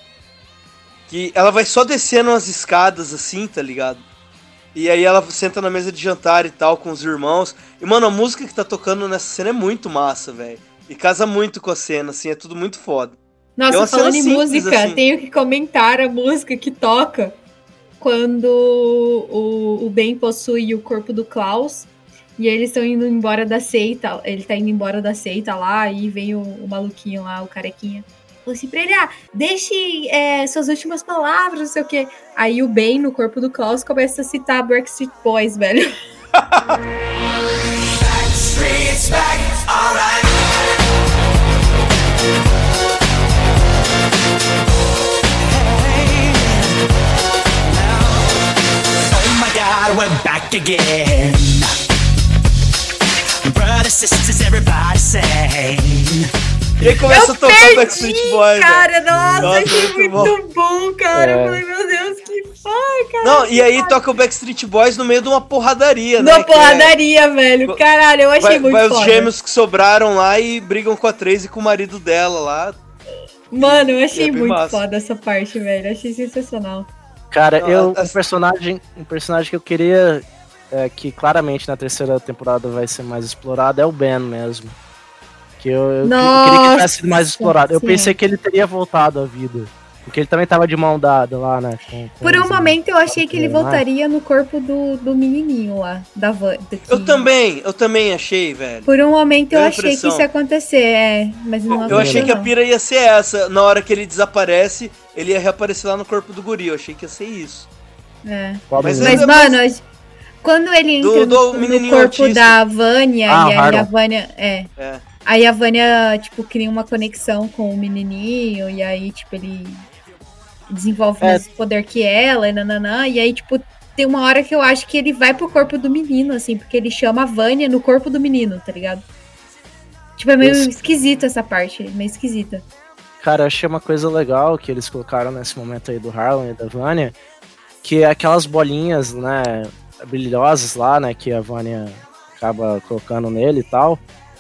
Que ela vai só descendo as escadas assim, tá ligado? E aí ela senta na mesa de jantar e tal, com os irmãos. E, mano, a música que tá tocando nessa cena é muito massa, velho. E casa muito com a cena, assim, é tudo muito foda. É Nossa, uma cena falando em simples, música, assim. tenho que comentar a música que toca quando o, o Ben possui o corpo do Klaus e eles estão indo embora da seita. Ele tá indo embora da seita lá e vem o, o maluquinho lá, o carequinha. Falou assim pra ele, ah, deixe é, suas últimas palavras, não sei o quê. Aí o Ben, no corpo do Klaus, começa a citar Backstreet Boys, velho. Streets back, alright. Oh my God, we're back again. Brothers, sisters, everybody say. E aí começa a tocar perdi, Backstreet Boys, cara, velho. nossa, Nossa, achei muito muito bom, cara. É. Eu falei, meu Deus, que ai, cara. Não, e aí toca o Backstreet Boys no meio de uma porradaria, né? Na que é- porradaria, velho. Caralho, eu achei vai, muito vai foda. os gêmeos que sobraram lá e brigam com a Tracy e com o marido dela lá. Mano, eu achei É bem muito massa. foda essa parte, velho. Eu achei sensacional. Cara, Não, eu, as- um personagem, um personagem que eu queria é, que claramente na terceira temporada vai ser mais explorado é o Ben mesmo. Que eu, eu, Nossa, eu queria que tivesse sido mais explorado. Eu sim. pensei que ele teria voltado à vida. Porque ele também tava de mão dada lá, né? Com, com Por um os- momento eu achei que ele né? voltaria no corpo do, do menininho lá, da van. do que- Eu também, eu também achei, velho. Por um momento eu Deu a achei que impressão. isso ia acontecer, é, mas não Eu aconteceu, achei que a não. pira ia ser essa. Na hora que ele desaparece, ele ia reaparecer lá no corpo do guri. Eu achei que ia ser isso. É. Qual Mas menino? Mas, Mas- mano, quando ele Do- entra do no, no menininho corpo autista. da Vânia, Ah, e aí Harold. a Vânia. É. É. Aí a Vânia, tipo, cria uma conexão com o menininho, e aí, tipo, ele desenvolve o É. mesmo poder que ela, e nananã, e aí, tipo, tem uma hora que eu acho que ele vai pro corpo do menino, assim, porque ele chama a Vânia no corpo do menino, tá ligado? Tipo, é meio Esse- esquisito essa parte, meio esquisita. Cara, eu achei uma coisa legal que eles colocaram nesse momento aí do Harlan e da Vânia, que é aquelas bolinhas, né, brilhosas lá, né, que a Vânia acaba colocando nele e tal,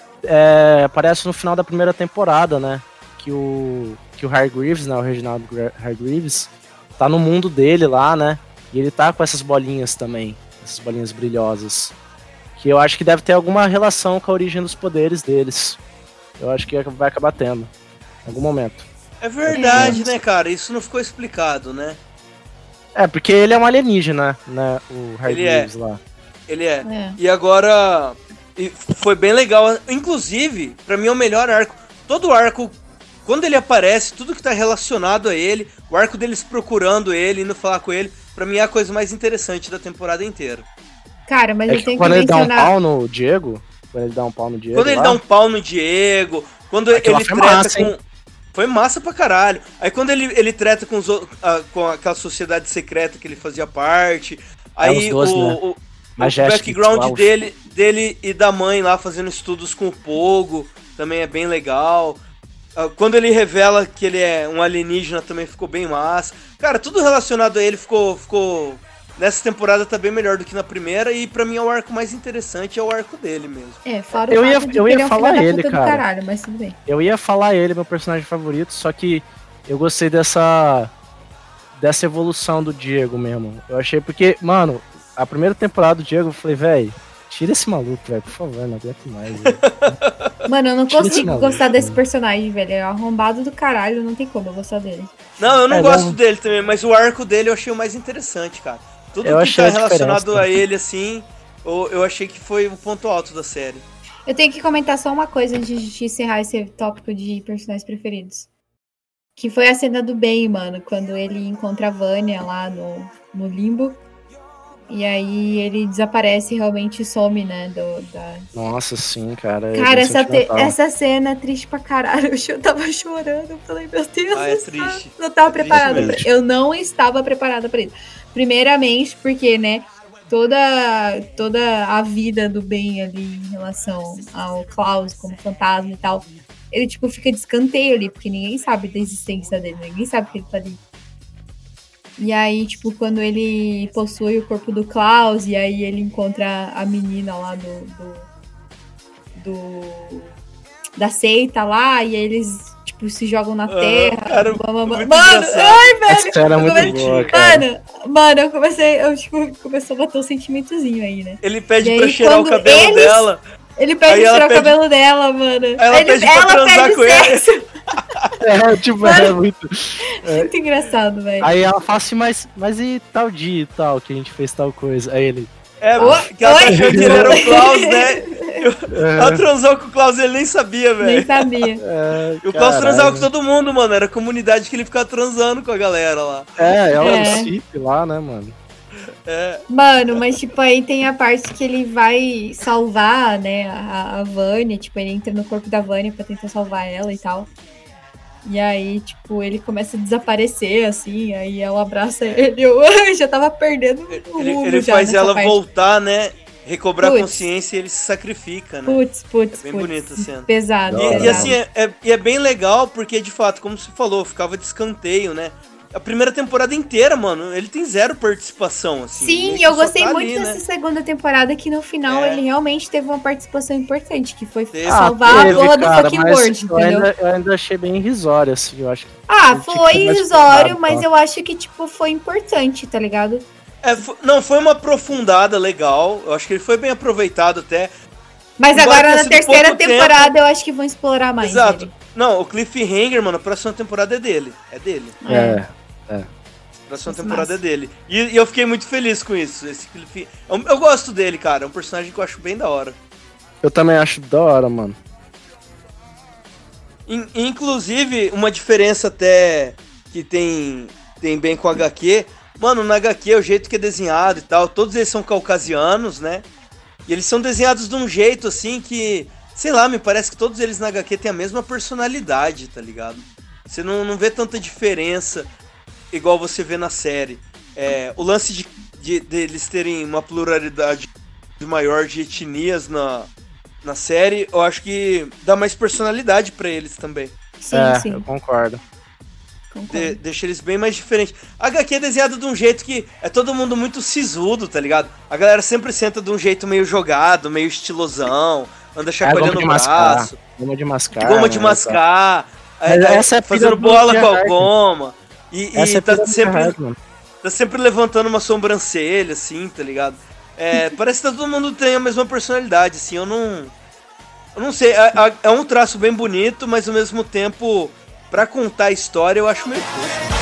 é, aparece no final da primeira temporada, né, que o, que o Hargreaves, né, o Reginald Gra- Hargreaves, tá no mundo dele lá, né, e ele tá com essas bolinhas também, essas bolinhas brilhosas, que eu acho que deve ter alguma relação com a origem dos poderes deles. Eu acho que vai acabar tendo, em algum momento. É verdade, né, cara? Isso não ficou explicado, né? É, porque ele é um alienígena, né? O Ele é. Hargreaves lá. Ele é. É. E agora. e foi bem legal. Inclusive, pra mim é o melhor arco. Todo arco, quando ele aparece, tudo que tá relacionado a ele, o arco deles procurando ele, indo falar com ele, pra mim é a coisa mais interessante da temporada inteira. Cara, mas É eu que tenho quando que ele dá um mencionar... pau no Diego, quando ele dá um pau no Diego Quando ele lá, dá um pau no Diego, quando Aquilo lá ele foi treta massa, com. hein? Foi massa pra caralho. Aí quando ele, ele treta com, os, o- a- com aquela sociedade secreta que ele fazia parte. Aí os doze, o, né? o, o Majestic background doze. dele, dele e da mãe lá fazendo estudos com o Pogo também é bem legal. Ah, Quando ele revela que ele é um alienígena também ficou bem massa. Cara, tudo relacionado a ele ficou, ficou. Nessa temporada tá bem melhor do que na primeira. E pra mim é o arco mais interessante, é o arco dele mesmo. É, fora o Eu ia- fato de eu que ia ele é um falar filho da ele, puta cara. do caralho, mas tudo bem. Eu ia falar ele, meu personagem favorito, só que eu gostei dessa dessa evolução do Diego mesmo. Eu achei porque, mano, a primeira temporada do Diego, eu falei, velho, tira esse maluco, velho, por favor, não aguento mais. velho. Mano, eu não Tira esse consigo maluco, gostar desse mano. personagem, velho. É arrombado do caralho, não tem como eu gostar dele. Não, eu não É, gosto não- dele também, mas o arco dele eu achei o mais interessante, cara. Tudo Eu que achei tá a diferença relacionado a também. ele, assim, eu, eu achei que foi o ponto alto da série. Eu tenho que comentar só uma coisa antes de encerrar esse tópico de personagens preferidos. Que foi a cena do Ben, mano, quando ele encontra a Vânia lá no, no limbo. E aí ele desaparece e realmente some, né? Do, da... Nossa, sim, cara. é Cara, bem essa, te- sentimental. essa cena é triste pra caralho. Eu tava chorando. Eu falei, meu Deus, Ah, é do céu. triste. Não tava É triste preparada. mesmo. pra- Eu não estava preparada pra isso. Primeiramente, porque, né? Toda, toda a vida do Ben ali em relação ao Klaus como fantasma e tal, ele, tipo, fica de escanteio ali, porque ninguém sabe da existência dele, ninguém sabe que ele tá ali. E aí, tipo, quando ele possui o corpo do Klaus, e aí ele encontra a menina lá do. do, do- da seita lá, e aí eles, tipo, se jogam na terra. cara, Mano, muito mano, engraçado. ai, velho! Essa cena é eu muito comecei- boa, cara. Mano, mano, eu comecei, eu, tipo, começou a bater um sentimentozinho aí, né? Ele pede E pra aí, cheirar o quando cabelo eles- dela. Ele pede Aí pra ela tirar pede- o cabelo dela, mano. Aí ela ele, pede pra transar pede com ele. sexo. É, tipo, Mano. é muito. Muito engraçado, velho. Aí ela fala assim, mas, mas e tal dia e tal, que a gente fez tal coisa? Aí ele. É, Oi? que ela tá Oi? achando que ele era o Klaus, né? É, Ela transou com o Klaus e ele nem sabia, Nem velho. sabia. é, E o Klaus caralho. transava com todo mundo, mano. Era a comunidade que ele ficava transando com a galera lá. É, ela é É. o Cip lá, né, mano? É. Mano, mas tipo, aí tem a parte que ele vai salvar, né, a, a Vânia, tipo, ele entra no corpo da Vânia pra tentar salvar ela e tal. E aí, tipo, ele começa a desaparecer, assim, aí ela abraça ele. Eu já tava perdendo o Ele, rumo ele já faz nessa ela parte. voltar, né? Recobrar a Putz. consciência e ele se sacrifica, né? Putz, putz, É bem putz. bonita a cena. Pesado, Da hora. E, pesado. e assim, é, é, e é bem legal porque, de fato, como você falou, ficava de escanteio, né? A primeira temporada inteira, mano, ele tem zero participação, assim. Sim, Ele eu só gostei tá muito ali, dessa né? segunda temporada, que no final É. ele realmente teve uma participação importante, que foi Teve. salvar Ah, teve, a porra do cara, fucking mas world, eu entendeu? ainda, eu ainda achei bem irrisório, assim, eu acho que Ah, eu tinha que foi ter mais irrisório, cuidado, mas tá? eu acho que, tipo, foi importante, tá ligado? É, f- não, foi uma aprofundada legal. Eu acho que ele foi bem aproveitado até. Mas Embora agora tenha na sido terceira pouco temporada tempo. eu acho que vão explorar mais. Exato. ele. Não, o cliffhanger, mano, a próxima temporada é dele. É dele. É. é. A próxima Isso temporada massa. é dele. E, e eu fiquei muito feliz com isso. Esse cliff... eu, eu gosto dele, cara. É um personagem que eu acho bem da hora. Eu também acho da hora, mano. In- inclusive, uma diferença até que tem, tem bem com o H Q. Mano, no H Q, o jeito que é desenhado e tal, todos eles são caucasianos, né? E eles são desenhados de um jeito, assim, que... Sei lá, me parece que todos eles na H Q têm a mesma personalidade, tá ligado? Você não, não vê tanta diferença igual você vê na série. É, o lance de, de, de eles terem uma pluralidade maior de etnias na, na série, eu acho que dá mais personalidade pra eles também. Sim, é, sim. eu concordo. Concordo. De- deixa eles bem mais diferentes. A H Q é desenhado de um jeito que é todo mundo muito sisudo, tá ligado? A galera sempre senta de um jeito meio jogado, meio estilosão, anda É, chacoalhando goma de o mascar. braço, Goma de mascar. de goma de né, mascar, Mas é, é, essa é a pira fazendo do bola com a Gerard. goma. E, e Essa é a tá, pira do sempre, Gerard, mano. tá sempre levantando uma sobrancelha, assim, tá ligado? É, parece que todo mundo tem a mesma personalidade, assim, eu não... Eu não sei, é, é- é um traço bem bonito, mas ao mesmo tempo, pra contar a história, eu acho meio tosco.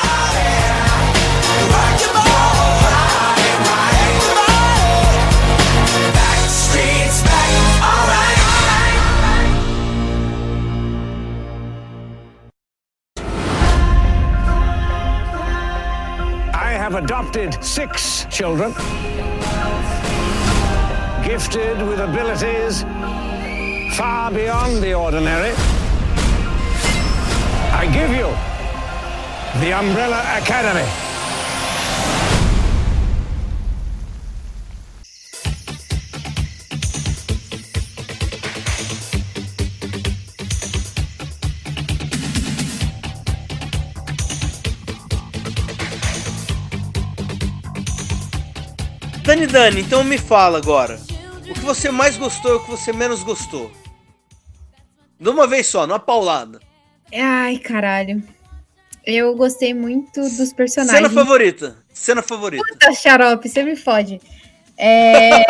I have adopted six children, gifted with abilities far beyond the ordinary. I give you the Umbrella Academy. Dani Dani, então me fala agora. O que você mais gostou e o que você menos gostou? De uma vez só, numa paulada. Ai, caralho. Eu gostei muito dos Cena personagens. favorita. Cena favorita. Puta, xarope, você me fode. É...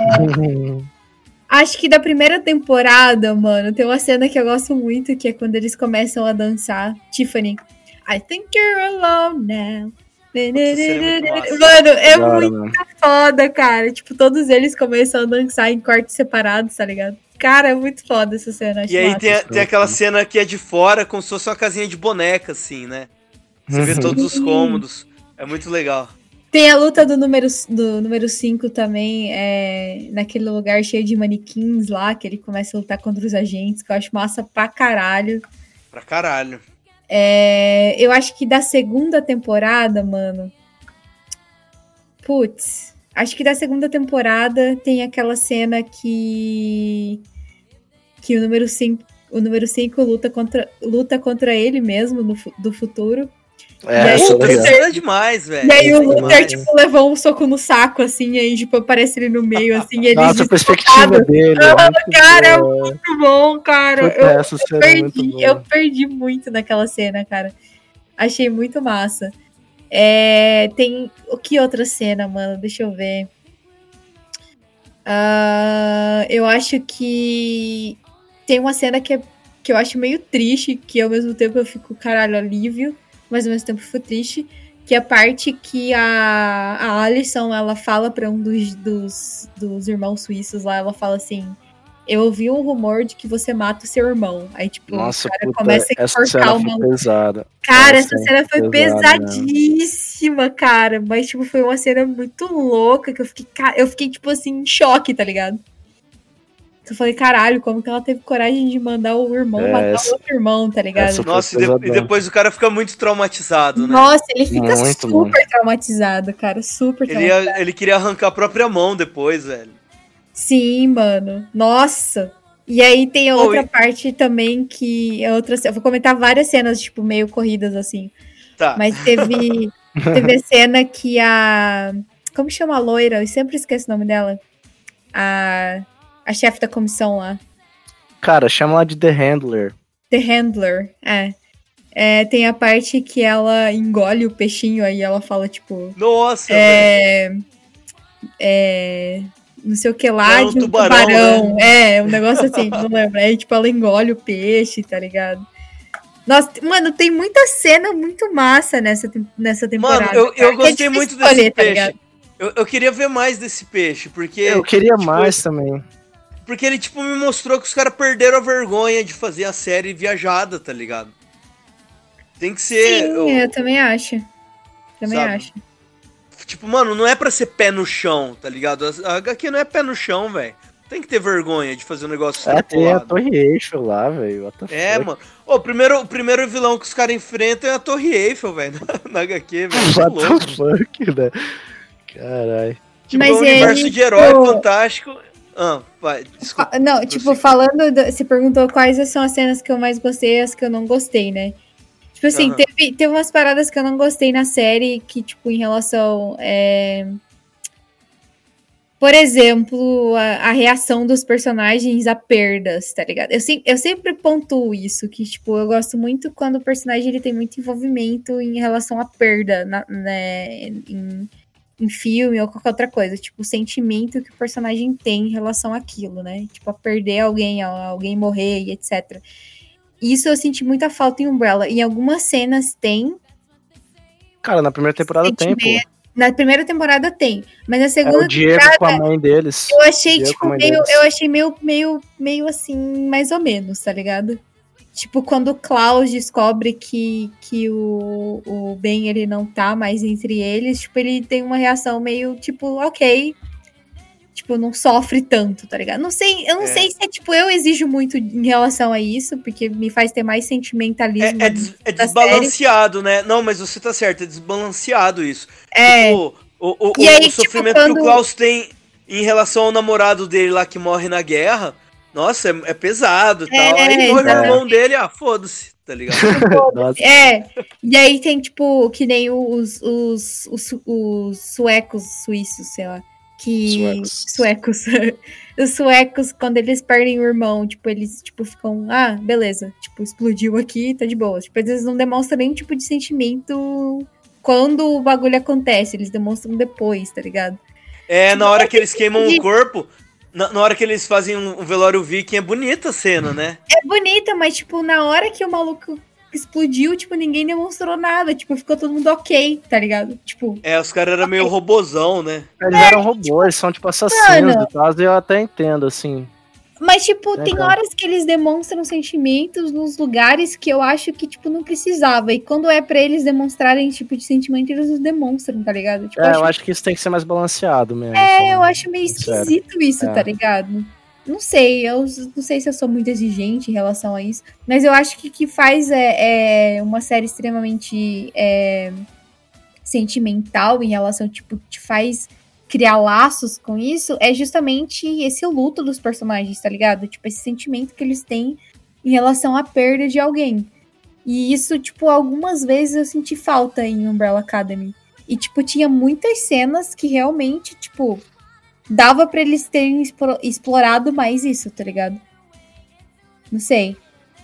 Acho que da primeira temporada, mano, tem uma cena que eu gosto muito, que é quando eles começam a dançar. Tiffany, I think you're alone now. cena é muito massa. Mano, é Da hora, muito mano. foda, cara. Tipo, todos eles começam a dançar em cortes separados, tá ligado? Cara, é muito foda essa cena. Acho E aí massa. tem, a- tem aquela cena que é de fora, como se fosse uma casinha de boneca, assim, né? Você vê todos os cômodos. É muito legal. Tem a luta do número do número cinco também, é, naquele lugar cheio de manequins lá, que ele começa a lutar contra os agentes, que eu acho massa pra caralho. Pra caralho. É, eu acho que da segunda temporada, mano. Putz, acho que da segunda temporada tem aquela cena que. Que o número cinco, o número cinco luta, contra, luta contra ele mesmo no, fu- do futuro. É, E aí, essa é Puta, legal. essa cena é demais, velho. E aí o Essa é Luther, demais. tipo, levou um soco no saco, assim, e aí, tipo, aparece ele no meio, assim, e ele Nossa, a desfocado. perspectiva dele é muito cara, boa. Muito bom, cara. Puta, Eu, essa cena é muito perdi, boa. eu perdi muito naquela cena, cara. Achei muito massa. É, tem. O que outra cena, mano? Deixa eu ver. Ah, eu acho que tem uma cena que, é, que eu acho meio triste, que ao mesmo tempo eu fico, caralho, alívio, mas ao mesmo tempo eu fico triste. Que é a parte que a, a Alison, ela fala pra um dos, dos, dos irmãos suíços lá, ela fala assim: eu ouvi um rumor de que você mata o seu irmão. Aí, tipo, Nossa, o cara puta, começa a essa cena enforcar o foi maluco. pesada. Cara, Essa essa cena foi pesada, né? pesadíssima, cara. Mas, tipo, foi uma cena muito louca que eu fiquei, ca- eu fiquei, tipo assim, em choque, tá ligado? Eu falei, caralho, como que ela teve coragem de mandar o irmão É, matar essa- o outro irmão, tá ligado? essa- Nossa, e, de- pesadão. e depois o cara fica muito traumatizado, né? Nossa, ele fica Muito, super mano. traumatizado, cara. Super Ele, traumatizado. ia- ele queria arrancar a própria mão depois, velho. Sim, mano. Nossa. E aí tem a Oh, outra e- parte também que é outra. Eu vou comentar várias cenas, tipo, meio corridas, assim. Tá. Mas teve, teve a cena que a. Como chama a loira? Eu sempre esqueço o nome dela. A, a chefe da comissão lá. Cara, chama ela de The Handler. The Handler. É. É, tem a parte que ela engole o peixinho, aí ela fala, tipo... Nossa, é, é, não sei o que lá, é um de um tubarão, tubarão. né? É, um negócio assim, não lembro. Aí, tipo, ela engole o peixe, tá ligado? Nossa, mano, tem muita cena muito massa nessa, nessa temporada. Mano, eu, eu gostei é muito escolher, desse tá peixe. ligado? Eu, eu queria ver mais desse peixe, porque... Eu queria tipo, mais também. Porque ele, tipo, me mostrou que os caras perderam a vergonha de fazer a série viajada, tá ligado? Tem que ser... Sim, eu, eu também acho. Também sabe? acho. Tipo, mano, não é pra ser pé no chão, tá ligado? A H Q não é pé no chão, velho. Tem que ter vergonha de fazer um negócio É, tem a extrapolado. Torre Eiffel lá, velho. É, fuck? mano. Ô, o primeiro, o primeiro vilão que os caras enfrentam é a Torre Eiffel, velho. Na H Q, velho. What É louco. the fuck, né? Caralho. Tipo, Mas é um universo ele, de herói tipo- fantástico. Ah, vai, desculpa. Ah, Não, prossiga. tipo, falando. do- Você perguntou quais são as cenas que eu mais gostei e as que eu não gostei, né? Tipo assim, Aham. teve, teve umas paradas que eu não gostei na série que, tipo, em relação. é, Por exemplo, a, a reação dos personagens a perdas, tá ligado? Eu, sem- eu sempre pontuo isso, que, tipo, eu gosto muito quando o personagem ele tem muito envolvimento em relação à perda, na- né, em, em filme ou qualquer outra coisa. Tipo, o sentimento que o personagem tem em relação àquilo, né? Tipo, a perder alguém, a alguém morrer e etcétera. Isso eu senti muita falta em Umbrella. Em algumas cenas tem. Cara, na primeira temporada tem, pô. sentimento. Na primeira temporada tem, mas na É segunda o Diego com a mãe deles. eu achei, Diego tipo, com a mãe meio, deles. eu achei meio, meio, meio assim, mais ou menos, tá ligado? Tipo, quando o Klaus descobre que, que o, o Ben, ele não tá mais entre eles, tipo, ele tem uma reação meio, tipo, ok. Tipo, não sofre tanto, tá ligado? Não sei, eu não É. sei se é, tipo, eu exijo muito em relação a isso, porque me faz ter mais sentimentalismo. É, é, des- é da desbalanceado, né? Não, mas você tá certo, é desbalanceado isso. É, Tipo, o, o, E o- aí, o tipo, sofrimento quando- que o Klaus tem em relação ao namorado dele lá que morre na guerra, nossa, é, é pesado e É, tal. Aí morre o exatamente. irmão dele, ah, foda-se, tá ligado? Nossa, É, e aí tem, tipo, que nem os, os, os, su- os suecos, suíços, sei lá. Que. Suecos. Suecos. Os suecos, quando eles perdem o irmão, tipo, eles, tipo, ficam, ah, beleza, tipo, explodiu aqui, tá de boa. Tipo, eles não demonstram nenhum tipo de sentimento quando o bagulho acontece, eles demonstram depois, tá ligado? É, na hora que eles queimam entendi. o corpo, na, na hora que eles fazem um, um velório viking, é bonita a cena, né? É bonita, mas, tipo, na hora que o maluco explodiu, tipo, ninguém demonstrou nada. Tipo, ficou todo mundo ok, tá ligado? Tipo, É, os caras eram meio robozão, né? eles eram robôs, são tipo assassinos Mano. e tal, e eu até entendo, assim. mas, tipo, É, tem cara. horas que eles demonstram sentimentos nos lugares que eu acho que, tipo, não precisava. E quando é pra eles demonstrarem esse tipo de sentimento, eles os demonstram, tá ligado? Tipo, É, acho- eu acho que isso tem que ser mais balanceado mesmo. é, falando eu acho meio sério. esquisito isso, É. tá ligado? Não sei, eu não sei se eu sou muito exigente em relação a isso, mas eu acho que que faz é, é uma série extremamente é, sentimental em relação, tipo, te faz criar laços com isso, é justamente esse luto dos personagens, tá ligado? Tipo, esse sentimento que eles têm em relação à perda de alguém. E isso, tipo, algumas vezes eu senti falta em Umbrella Academy. E, tipo, tinha muitas cenas que realmente, tipo, dava pra eles terem explo- explorado mais isso, tá ligado? Não sei.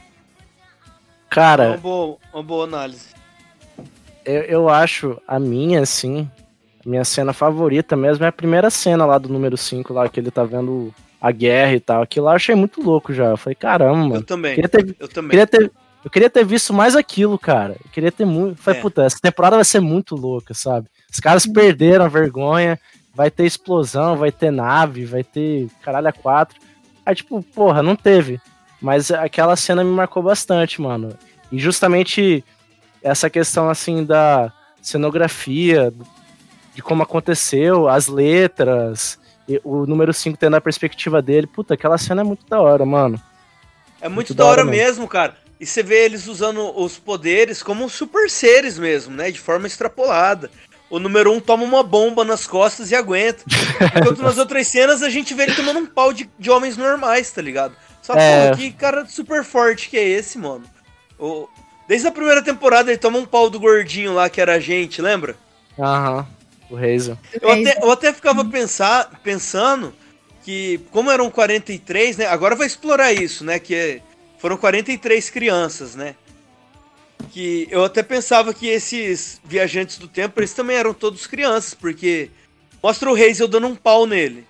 Uma Cara, boa, uma boa análise. eu, eu acho a minha, assim, a minha cena favorita mesmo é a primeira cena lá do número cinco, lá que ele tá vendo a guerra e tal. Aquilo lá eu achei muito louco já. Eu falei, caramba, Eu mano. também, Queria ter, eu também. queria ter, eu queria ter visto mais aquilo, cara. Eu queria ter muito. Falei, É. puta, essa temporada vai ser muito louca, sabe? Os caras perderam a vergonha, vai ter explosão, vai ter nave, vai ter caralho a quatro. Aí, tipo, porra, não teve. Mas aquela cena me marcou bastante, mano. E justamente essa questão, assim, da cenografia, de como aconteceu, as letras, e o número cinco tendo a perspectiva dele. Puta, aquela cena é muito da hora, mano. É muito, Muito da da hora hora mesmo, cara. E você vê eles usando os poderes como super seres mesmo, né? De forma extrapolada. O número um toma uma bomba nas costas e aguenta. Enquanto nas outras cenas a gente vê ele tomando um pau de, de homens normais, tá ligado? Só, É. porra, que cara super forte que é esse, mano? O- Desde a primeira temporada ele toma um pau do gordinho lá que era a gente, lembra? Aham, o Hazel. Eu até, eu até ficava pensar, pensando que, como eram quarenta e três, né? Agora vai explorar isso, né? Que é- foram quarenta e três crianças, né? que eu até pensava que esses viajantes do tempo, eles também eram todos crianças, porque mostra o Hazel dando um pau nele.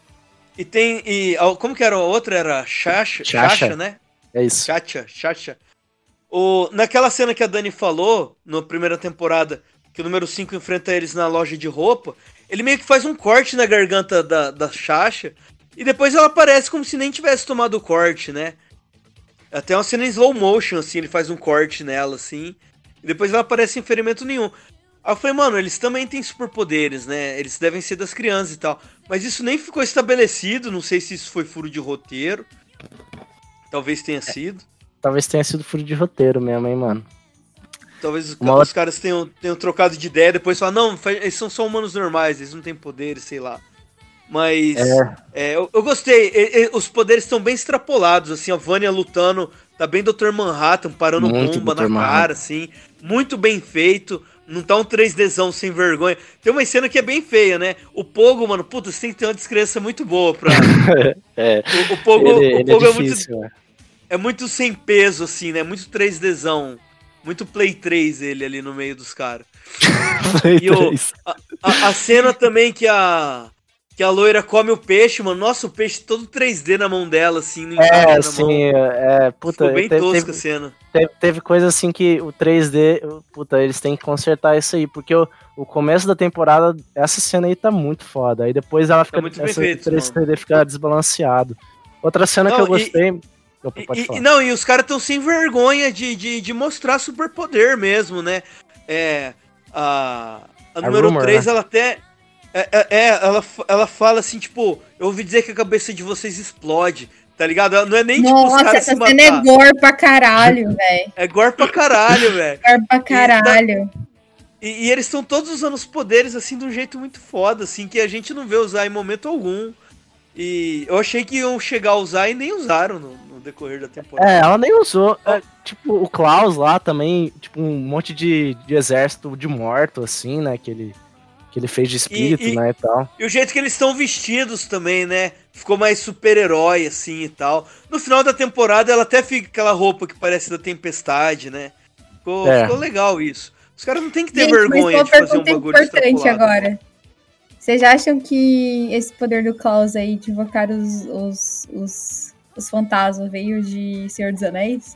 E tem, e como que era a outra? Era Chacha, Chacha, né? É isso. Chacha, Chacha. O, naquela cena que a Dani falou, na primeira temporada, que o número cinco enfrenta eles na loja de roupa, ele meio que faz um corte na garganta da, da Chacha, e depois ela aparece como se nem tivesse tomado o corte, né? Até uma cena em slow motion, assim, ele faz um corte nela, assim, e depois ela aparece sem ferimento nenhum. Aí eu falei, mano, eles também têm superpoderes, né? Eles devem ser das crianças e tal. Mas isso nem ficou estabelecido, não sei se isso foi furo de roteiro. Talvez tenha sido. Talvez tenha sido furo de roteiro mesmo, hein, mano. Talvez os, Uma os outra... caras tenham, tenham trocado de ideia, depois falar, não, eles são só humanos normais, eles não têm poderes, sei lá. Mas é. É, eu, eu gostei, e, e, os poderes estão bem extrapolados, assim, a Vanya lutando, tá bem doutor Manhattan, parando Muito bomba doutor na cara, assim, muito bem feito, não tá um três Dzão sem vergonha. Tem uma cena que é bem feia, né? O Pogo, mano, puta, você tem que ter uma descrença muito boa pra... é, o, o Pogo, ele, o ele Pogo é, é, difícil, muito, é. é muito sem peso, assim, né? Muito três Dzão. Muito Play três ele ali no meio dos caras. E o, a, a, a cena também que a... Que a loira come o peixe, mano. Nossa, o peixe todo três D na mão dela, assim. No é, assim, é... Puta, ficou bem teve, tosca teve, a cena. Teve, teve coisa assim que o três D... Puta, eles têm que consertar isso aí. Porque o, o começo da temporada, essa cena aí tá muito foda. Aí depois ela fica... Tá muito bem essa, feito, o três D fica desbalanceado. Outra cena não, que eu gostei... E, Opa, pode e, falar. Não, e os caras tão sem vergonha de, de, de mostrar superpoder mesmo, né? É... A, a, a número rumor, três, né? Ela até... É, é, é, ela, ela fala assim, tipo, eu ouvi dizer que a cabeça de vocês explode, tá ligado? Não é nem Nossa, tipo os caras se matar. Nossa, essa cena é gore pra caralho, velho. É gore pra caralho, velho. Gore pra caralho. E, e, e eles estão todos usando os poderes, assim, de um jeito muito foda, assim, que a gente não vê usar em momento algum. E eu achei que iam chegar a usar e nem usaram no, no decorrer da temporada. É, ela nem usou. É, tipo, o Klaus lá também, tipo, um monte de, de exército de morto, assim, né, que ele... que ele fez de espírito, e, e, né, e tal. E o jeito que eles estão vestidos também, né? Ficou mais super-herói, assim, e tal. No final da temporada, ela até fica aquela roupa que parece da Tempestade, né? Ficou, é. ficou legal isso. Os caras não tem que ter Gente, vergonha de fazer um bagulho importante agora. Vocês acham que esse poder do Klaus aí de invocar os, os, os, os fantasmas veio de Senhor dos Anéis?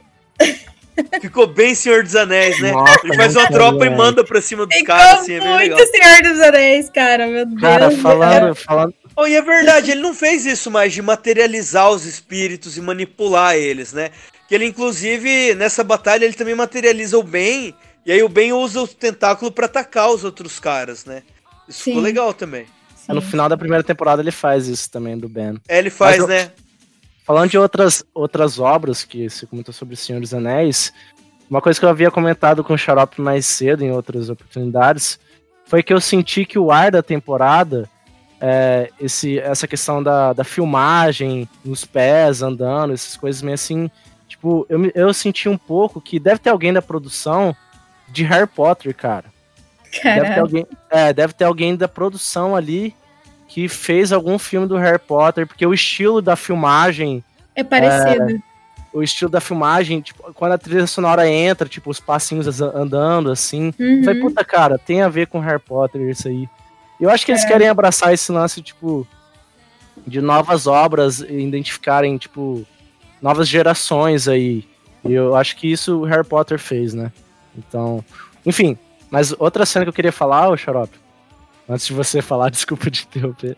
Ficou bem Senhor dos Anéis, né? Nossa, ele faz uma tropa e manda pra cima dos Ficou caras, assim, é bem legal. muito Senhor dos Anéis, cara, meu Deus. Cara, falando... falando... Oh, e é verdade, ele não fez isso mais, de materializar os espíritos e manipular eles, né? Que ele, inclusive, nessa batalha, ele também materializa o Ben, e aí o Ben usa o tentáculo pra atacar os outros caras, né? Isso Sim. ficou legal também. É, no final da primeira temporada ele faz isso também, do Ben. É, ele faz, eu... né? Falando de outras, outras obras que você comentou sobre o Senhor dos Anéis, uma coisa que eu havia comentado com o Xarope mais cedo, em outras oportunidades, foi que eu senti que o ar da temporada, é, esse, essa questão da, da filmagem, nos pés, andando, essas coisas meio assim, tipo, eu, eu senti um pouco que deve ter alguém da produção de Harry Potter, cara. Deve ter, alguém, é, deve ter alguém da produção ali que fez algum filme do Harry Potter, porque o estilo da filmagem... É parecido. É, o estilo da filmagem, tipo, quando a trilha sonora entra, tipo, os passinhos andando, assim. Uhum. Eu falei, puta, cara, tem a ver com Harry Potter isso aí. Eu acho que eles é. querem abraçar esse lance, tipo, de novas obras e identificarem, tipo, novas gerações aí. E eu acho que isso o Harry Potter fez, né? Então, enfim. Mas outra cena que eu queria falar, ô Xarope, antes de você falar, desculpa de interromper.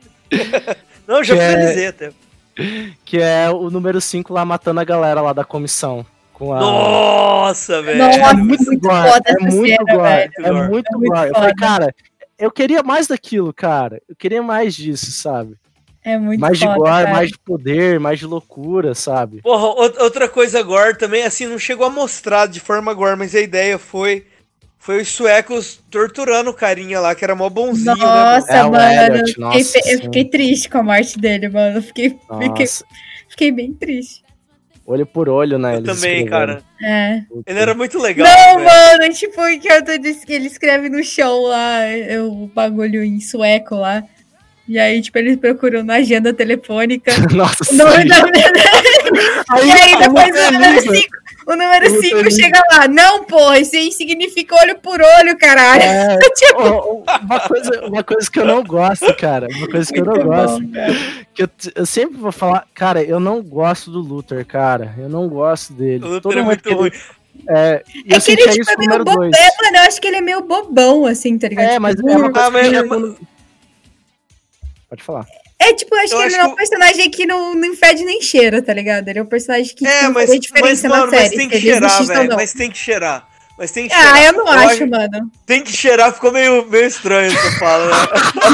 Não, já finalizei é, até. Que é o número cinco lá matando a galera lá da comissão. Com a... Nossa, velho! Nossa, é muito foda é muito cena, gore, velho. É muito é gore. Eu falei, cara, eu queria mais daquilo, cara. Eu queria mais disso, sabe? É muito mais foda, de gore, cara. mais de poder, mais de loucura, sabe? Porra, outra coisa gore também, assim, não chegou a mostrar de forma gore, mas a ideia foi... Foi os suecos torturando o carinha lá, que era mó bonzinho, nossa, né? Mano? É, mano, eu, nossa, fiquei, eu fiquei triste com a morte dele, mano. Eu fiquei, fiquei, fiquei bem triste. Olho por olho, né? Eu também, escreveram. cara. É. Ele era muito legal. Não, velho. mano, tipo, que eu disse que ele escreve no chão lá, o bagulho em sueco lá. E aí, tipo, eles procuram na agenda telefônica. Nossa, no, sim. Na... aí, e aí depois o número cinco. O número cinco chega lá. Não, porra, isso aí significa olho por olho, caralho. É, tipo... uma, coisa, uma coisa que eu não gosto, cara. Uma coisa que eu não Muito gosto. bom, cara. Que eu, eu sempre vou falar, cara, eu não gosto do Luthor, cara. Eu não gosto dele. O Luthor Todo é mundo muito que ele- ruim. É, e É eu que ele sentia tipo, isso é com o meio número bobão, dois. mano. Eu acho que ele é meio bobão, assim, tá ligado? É, Tipo, mas é uma coisa Ah, mas- que... mas- quando- Pode falar. É, tipo, eu acho Eu que ele acho não é que um personagem que não, não fede nem cheira, tá ligado? Ele é um personagem que É, tipo, mas, faz diferença mas, mano, na mas série. tem que se ele cheirar, existe ou velho. não. Mas tem que cheirar. Mas tem que cheirar. Ah, eu não acho, mano. Tem que cheirar, ficou meio, meio estranho você fala, né?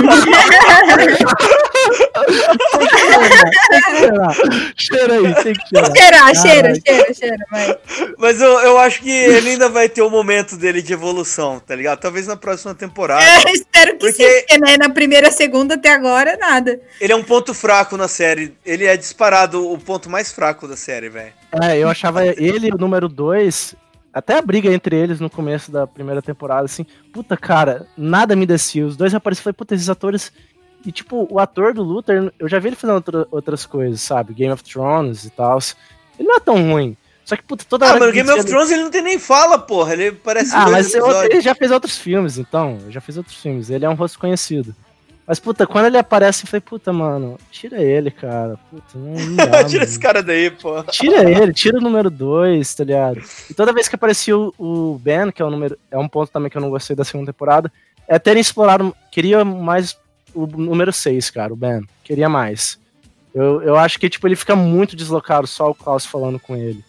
Tem que cheirar. Cheira aí, tem que cheirar. Cheirar, cheira, Caralho. cheira, cheira, vai. Mas eu, eu acho que ele ainda vai ter o momento dele de evolução, tá ligado? Talvez na próxima temporada. É, espero que Porque- sim, porque né, na primeira, segunda até agora, nada. Ele é um ponto fraco na série. Ele é disparado o ponto mais fraco da série, velho. É, eu achava ele e o número dois, até a briga entre eles no começo da primeira temporada, assim, puta, cara, nada me descia. Os dois apareceram e falei, puta, esses atores. E, tipo, o ator do Luthor, eu já vi ele fazendo outra- outras coisas, sabe? Game of Thrones e tal. Ele não é tão ruim. Só que, puta, toda Ah, hora. mas no que Game of ele- Thrones ele não tem nem fala, porra. Ele parece Ah, dois mas eu- episódios. ele já fez outros filmes, então. Ele já fez outros filmes. Ele é um rosto conhecido. Mas, puta, quando ele aparece, eu falei, puta, mano, tira ele, cara. Puta, não, não dá, Tira mano. esse cara daí, porra. Tira ele, tira o número dois, tá ligado? E toda vez que aparecia o, o Ben, que é, o número, é um ponto também que eu não gostei da segunda temporada, é terem explorado. Queria mais o número seis, cara, o Ben. Queria mais. Eu, eu acho que, tipo, ele fica muito deslocado, só o Klaus falando com ele.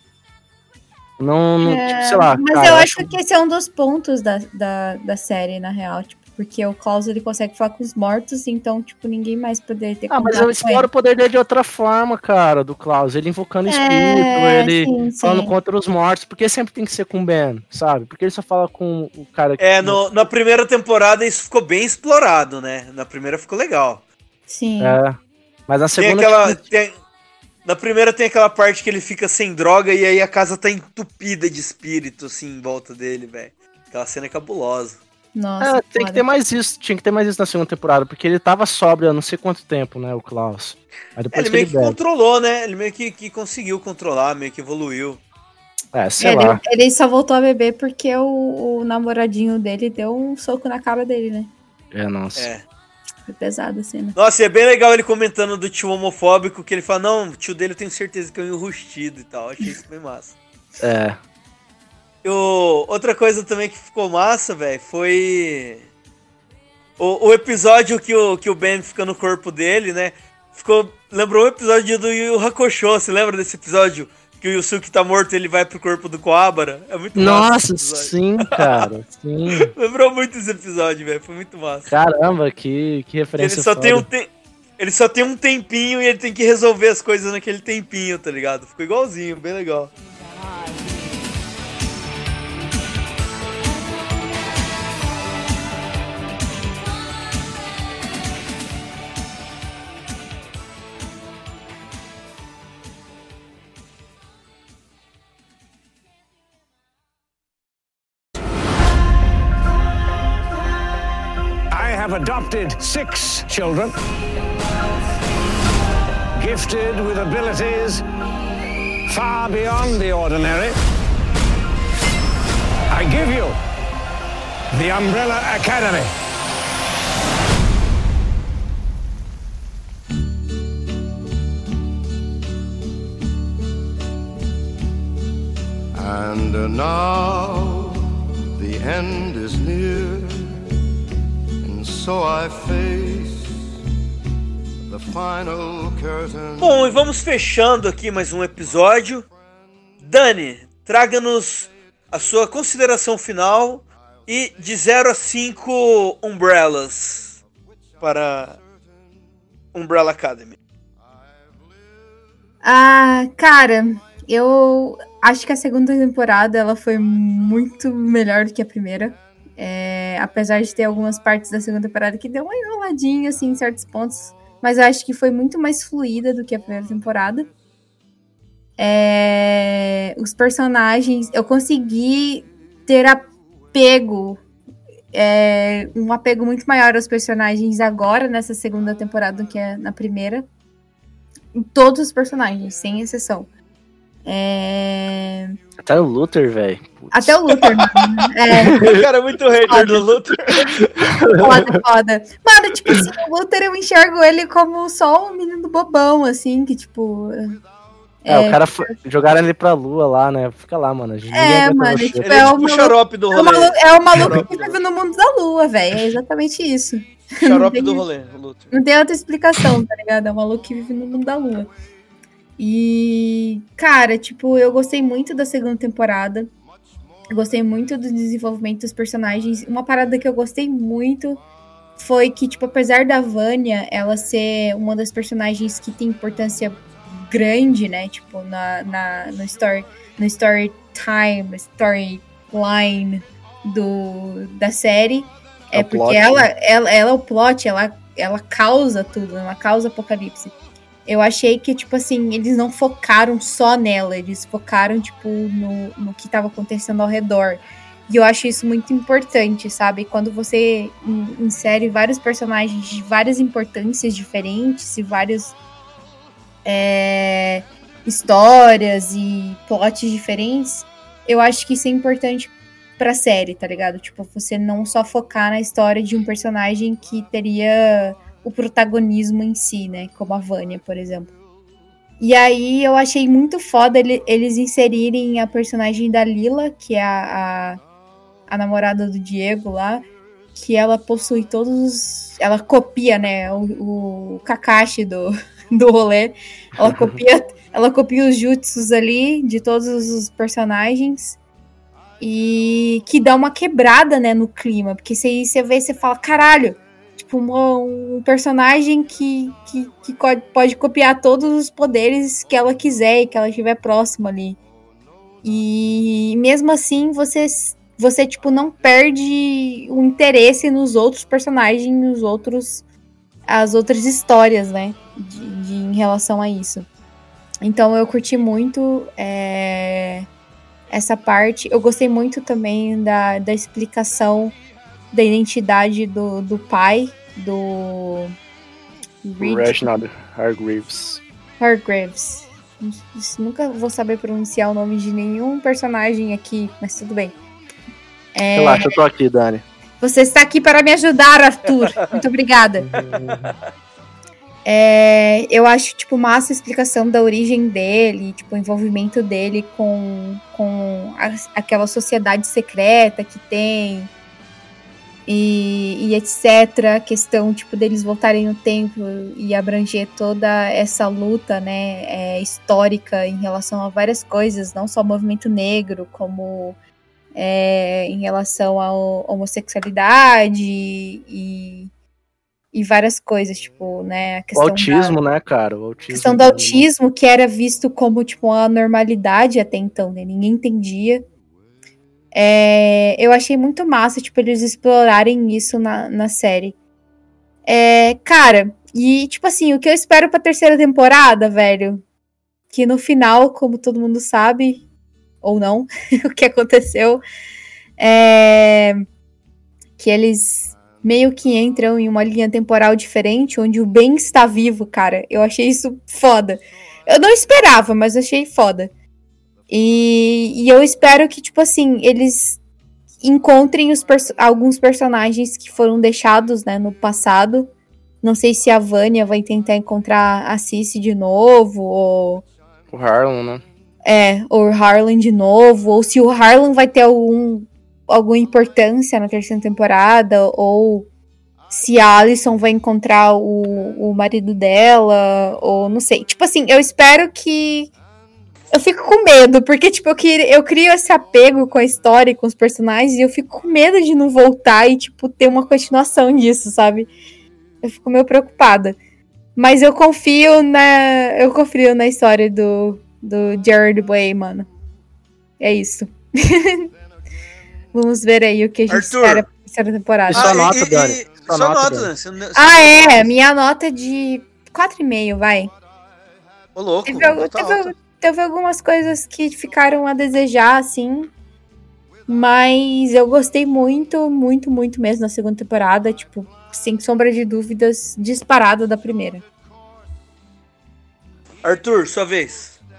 Não, não É, tipo, sei lá. mas cara, eu acho que esse é um dos pontos da, da, da série, na real. Tipo, porque o Klaus ele consegue falar com os mortos, então, tipo, ninguém mais poderia ter Ah, mas contato eu com exploro ele. o poder dele de outra forma, cara, do Klaus. Ele invocando espírito, É, ele sim, sim. falando contra os mortos. Porque sempre tem que ser com o Ben, sabe? Porque ele só fala com o cara que. É, no, na primeira temporada isso ficou bem explorado, né? Na primeira ficou legal. Sim. É. Mas na Tem segunda. aquela. tipo, tem- na primeira tem aquela parte que ele fica sem droga e aí a casa tá entupida de espírito, assim, em volta dele, velho. Aquela cena é cabulosa. Nossa, É, tem que foda. ter mais isso, tinha que ter mais isso na segunda temporada, porque ele tava sóbrio há não sei quanto tempo, né, o Klaus. Aí É, depois ele que meio ele que bebe. controlou, né? Ele meio que, que conseguiu controlar, meio que evoluiu. É, sei ele, lá. ele só voltou a beber porque o, o namoradinho dele deu um soco na cara dele, né? É, nossa. É. Foi pesada a cena. Nossa, e é bem legal ele comentando do tio homofóbico, que ele fala, não, o tio dele eu tenho certeza que é um enrustido e tal. Achei isso bem massa. É. E o- outra coisa também que ficou massa, velho, foi o, o episódio que o, que o Ben fica no corpo dele, né? Ficou, lembrou o episódio do Yu Yu Hakusho, você lembra desse episódio? Que o Yusuke tá morto e ele vai pro corpo do Koabara? É muito massa Nossa, esse episódio. sim, cara. Sim. Lembrou muito esse episódio, velho, foi muito massa. Caramba, que, que Que ele referência só foda. tem um te- ele só tem um tempinho e ele tem que resolver as coisas naquele tempinho, tá ligado? Ficou igualzinho, bem legal. I have adopted six children, gifted with abilities far beyond the ordinary. I give you the Umbrella Academy. And uh, now the end is near, and so I face the final curtain. Bom, e vamos fechando aqui mais um episódio. Dani, traga-nos a sua consideração final e de zero a cinco Umbrellas para Umbrella Academy. Ah, cara, eu acho que a segunda temporada ela foi muito melhor do que a primeira. É, apesar de ter algumas partes da segunda temporada que deu uma enroladinha, assim, em certos pontos. Mas eu acho que foi muito mais fluida do que a primeira temporada. É, os personagens, eu consegui ter apego, é, um apego muito maior aos personagens agora, nessa segunda temporada, do que na primeira. Em todos os personagens, sem exceção. É... Até o Luther, velho. Até o Luther, mano. É, O cara é muito hater do Luther. foda, foda. Mano, tipo assim, o Luther eu enxergo ele como só um menino bobão, assim, que tipo... É, o cara foi, jogaram ele pra lua lá, né? Fica lá, mano. Ninguém É, aguenta mano, você. tipo, Ele é é tipo o o maluco- xarope do É o rolê. maluco, é o maluco Xarope que do vive no mundo da lua, velho. É exatamente isso. Xarope Não do tem- rolê, o Luther. Não tem outra explicação, tá ligado? É um maluco que vive no mundo da lua. E, cara, tipo, eu gostei muito da segunda temporada. Eu gostei muito do desenvolvimento dos personagens. Uma parada que eu gostei muito foi que, tipo, apesar da Vanya ela ser uma das personagens que tem importância grande, né? Tipo, na, na, no, story, no story time, storyline do, da série. É, É o porque plot, ela, né? ela, ela é o plot, ela, ela causa tudo, ela causa apocalipse. Eu achei que, tipo assim, eles não focaram só nela, eles focaram, tipo, no, no que estava acontecendo ao redor. E eu acho isso muito importante, sabe? Quando você in- insere vários personagens de várias importâncias diferentes e várias é, histórias e plots diferentes, eu acho que isso é importante pra série, tá ligado? Tipo, você não só focar na história de um personagem que teria o protagonismo em si, né? Como a Vanya, por exemplo. E aí eu achei muito foda ele- eles inserirem a personagem da Lila, que é a, a, a namorada do Diego lá, que ela possui todos os... Ela copia, né? O, o Kakashi do, do rolê. Ela copia, ela copia os jutsus ali de todos os personagens. E que dá uma quebrada, né, no clima. Porque você, você vê, você fala, caralho, tipo, uma- um personagem que, que, que co- pode copiar todos os poderes que ela quiser e que ela estiver próxima ali. E mesmo assim, você, você tipo, não perde o interesse nos outros personagens, nos outros, as outras histórias, né, de, de- em relação a isso. Então eu curti muito é, essa parte. Eu gostei muito também da, da explicação da identidade do, do pai, do Reed Reginald Hargreaves. Hargreaves. Nunca vou saber pronunciar o nome de nenhum personagem aqui, mas tudo bem. É, Relaxa, eu tô aqui, Dani. você está aqui para me ajudar, Arthur. Muito obrigada. É, eu acho, tipo, massa a explicação da origem dele, tipo, o envolvimento dele com, com a- aquela sociedade secreta que tem e, e etcétera. A questão, tipo, deles voltarem no tempo e abranger toda essa luta, né, é, histórica em relação a várias coisas, não só o movimento negro, como é, em relação à homossexualidade e e várias coisas, tipo, né, a O questão autismo, da, né, cara? O autismo questão do dele, autismo, que era visto como, tipo, uma normalidade até então, né, ninguém entendia. É, eu achei muito massa, tipo, eles explorarem isso na, na série. É, cara, e, tipo assim, o que eu espero pra terceira temporada, velho, que no final, como todo mundo sabe, ou não, o que aconteceu, é que eles meio que entram em uma linha temporal diferente, onde o Ben está vivo, cara. Eu achei isso foda. Eu não esperava, mas achei foda. E, e eu espero que, tipo assim, eles encontrem os pers- alguns personagens que foram deixados, né, no passado. Não sei se a Vanya vai tentar encontrar a Cici de novo, ou... O Harlan, né? É, ou o Harlan de novo, ou se o Harlan vai ter algum, alguma importância na terceira temporada, ou se a Alyson vai encontrar o, o marido dela, ou não sei. Tipo assim, eu espero que... Eu fico com medo, porque, tipo, eu, queria, eu crio esse apego com a história e com os personagens, e eu fico com medo de não voltar e, tipo, ter uma continuação disso, sabe? Eu fico meio preocupada. Mas eu confio na... Eu confio na história do... do Jared Way, mano. É isso. Vamos ver aí o que a gente Arthur. espera pra terceira temporada. E sua Ah, nota, e- e- Dani? e- Sua Sua nota, nota, Dani. Dani. Você não- você Ah, não- é. Minha nota é de quatro e meio, vai. Ô, louco. Teve, al- nota teve, alta. teve algumas coisas que ficaram a desejar, assim. Mas eu gostei muito, muito, muito mesmo da segunda temporada. Tipo, sem sombra de dúvidas, disparado da primeira. Arthur, sua vez.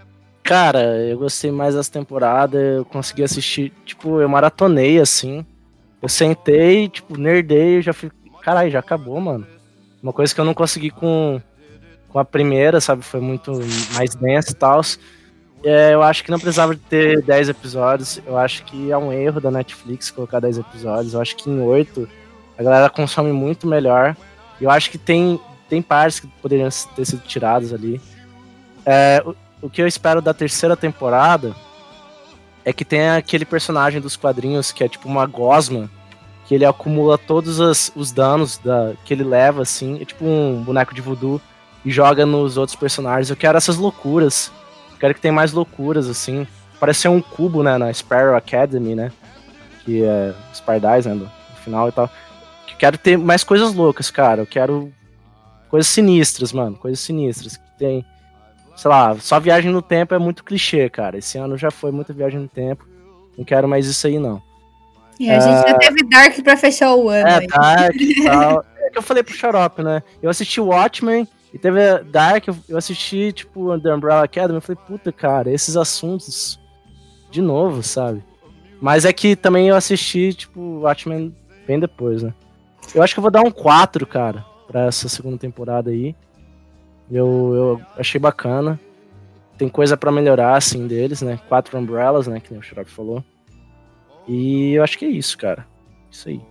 Cara, eu gostei mais dessa temporada, eu consegui assistir, tipo, eu maratonei, assim. Eu sentei, tipo, nerdei, eu já fui... Caralho, já acabou, mano. Uma coisa que eu não consegui com, com a primeira, sabe? Foi muito mais densa e tal. É, eu acho que não precisava de ter dez episódios. Eu acho que é um erro da Netflix colocar dez episódios. Eu acho que em oito a galera consome muito melhor. Eu acho que tem, tem partes que poderiam ter sido tiradas ali. É, o, o que eu espero da terceira temporada é que tenha aquele personagem dos quadrinhos que é tipo uma gosma, que ele acumula todos as, os danos da, que ele leva, assim, é tipo um boneco de voodoo, e joga nos outros personagens. Eu quero essas loucuras. Eu quero que tenha mais loucuras, assim. Parece um cubo, né, na Sparrow Academy, né? Que é os pardais, né, do, do final e tal. Eu quero ter mais coisas loucas, cara. Eu quero coisas sinistras, mano. Coisas sinistras. Que tem, sei lá, só viagem no tempo é muito clichê, cara. Esse ano já foi muita viagem no tempo. Não quero mais isso aí, não. E a gente já teve Dark pra fechar o ano. É, aí. Dark e tal. É que eu falei pro Xarope, né? Eu assisti Watchmen e teve Dark, eu assisti, tipo, The Umbrella Academy. Eu falei, puta, cara, esses assuntos de novo, sabe? Mas é que também eu assisti, tipo, Watchmen bem depois, né? Eu acho que eu vou dar um quatro, cara, pra essa segunda temporada aí. Eu, eu achei bacana. Tem coisa pra melhorar, assim, deles, né? Quatro Umbrellas, né? Que o Xarope falou. E eu acho que é isso, cara. Isso aí.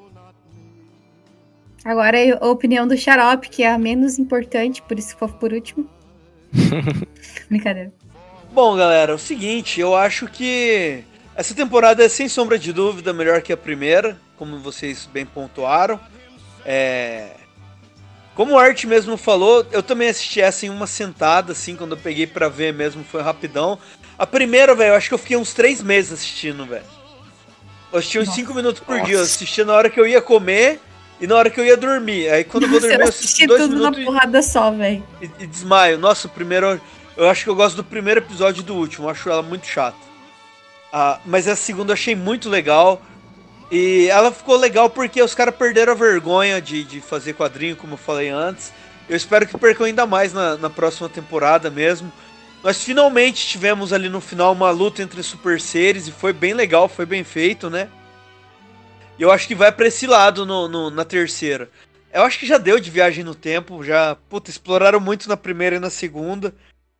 Agora a opinião do Xarope, que é a menos importante, por isso que foi por último. Brincadeira. Bom, galera, é o seguinte, eu acho que essa temporada é, sem sombra de dúvida, melhor que a primeira, como vocês bem pontuaram. É... Como o Art mesmo falou, eu também assisti essa em uma sentada, assim, quando eu peguei pra ver mesmo, foi rapidão. A primeira, velho, eu acho que eu fiquei uns três meses assistindo, velho. Eu assistia uns cinco minutos por dia, eu assistia na hora que eu ia comer e na hora que eu ia dormir. Aí quando eu vou dormir, eu assisti dois tudo minutos na porrada só, velho. E, e desmaio. Nossa, o primeiro... Eu acho que eu gosto do primeiro episódio e do último, eu acho ela muito chata. Ah, mas a segunda eu achei muito legal. E ela ficou legal porque os caras perderam a vergonha de, de fazer quadrinho, como eu falei antes. Eu espero que percam ainda mais na, na próxima temporada mesmo. Nós finalmente tivemos ali no final uma luta entre super seres e foi bem legal, foi bem feito, né? E eu acho que vai pra esse lado no, no, na terceira. Eu acho que já deu de viagem no tempo, já, puta, exploraram muito na primeira e na segunda.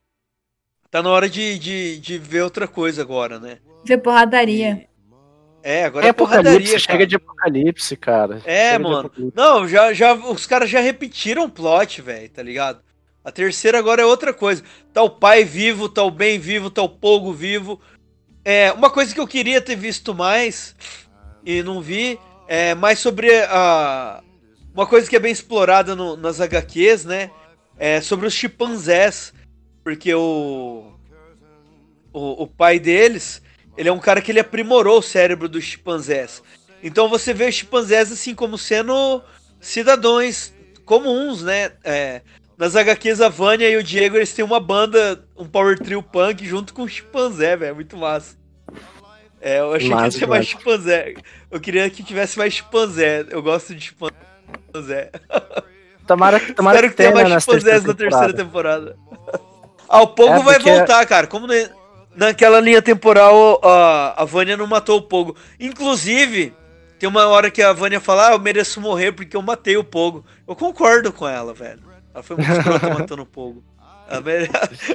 Tá na hora de, de, de ver outra coisa agora, né? Ver porradaria. E... É, agora é é porradaria, cara. Chega de apocalipse, cara. É, chega mano. Não, já, já, os caras já repetiram o plot, velho, tá ligado? A terceira agora é outra coisa. Tá o pai vivo, tá o Ben vivo, tá o Pogo vivo. É, uma coisa que eu queria ter visto mais e não vi é mais sobre a... Uma coisa que é bem explorada no, nas agá quês, né? É sobre os chimpanzés. Porque o, o... O pai deles, ele é um cara que ele aprimorou o cérebro dos chimpanzés. Então você vê os chimpanzés assim como sendo cidadãos comuns, né? É... Nas agá quês, a Vânia e o Diego, eles têm uma banda, um power trio punk junto com o chimpanzé, velho. Muito massa. É, eu achei massa, que ia ter mais chimpanzé. Eu queria que tivesse mais chimpanzé. Eu gosto de chimpanzé. Tomara, tomara Espero que, que tenha mais chimpanzés na terceira temporada. Ah, o Pogo é vai voltar, cara. Como ne, naquela linha temporal a, a Vânia não matou o Pogo. Inclusive, tem uma hora que a Vânia fala, ah, eu mereço morrer porque eu matei o Pogo. Eu concordo com ela, velho. Ela foi muito escrota matando o Pogo. Ela, mere...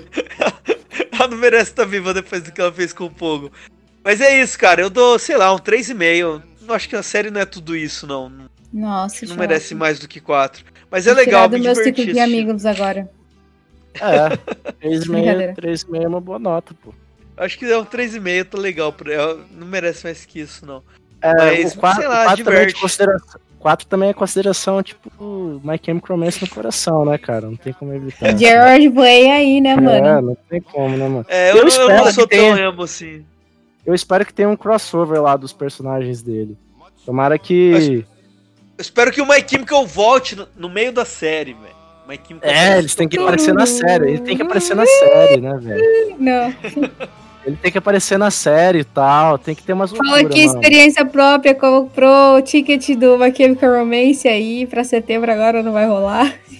ela não merece estar viva depois do que ela fez com o Pogo. Mas é isso, cara. Eu dou, sei lá, um três e meio. Não acho que a série não é tudo isso, não. Nossa, não merece mais do que quatro. Mas é legal, me divertir. Meus tipos de amigos agora. É, três e meio, três e meio é uma boa nota, pô. Acho que é um três e meio, tá legal. Não merece mais que isso, não. É, mas, o quatro, sei lá, o quatro diverte. Também é de consideração, quatro também é consideração, tipo, My Chemical Romance no coração, né, cara? Não tem como evitar. Gerard Way aí, né, mano? É, não tem como, né, mano? É, eu, eu, não, eu não sou tão tenha... emo assim. Eu espero que tenha um crossover lá dos personagens dele. Tomara que... Eu espero que o My Chemical volte no, no meio da série, velho. É, eles têm que aparecer na série. Ele tem que aparecer na série, né, velho? Não. Ele tem que aparecer na série e tal. Tem que ter umas loucuras, Fala que mano. Experiência própria comprou o ticket do My Chemical Romance aí pra setembro, agora não vai rolar.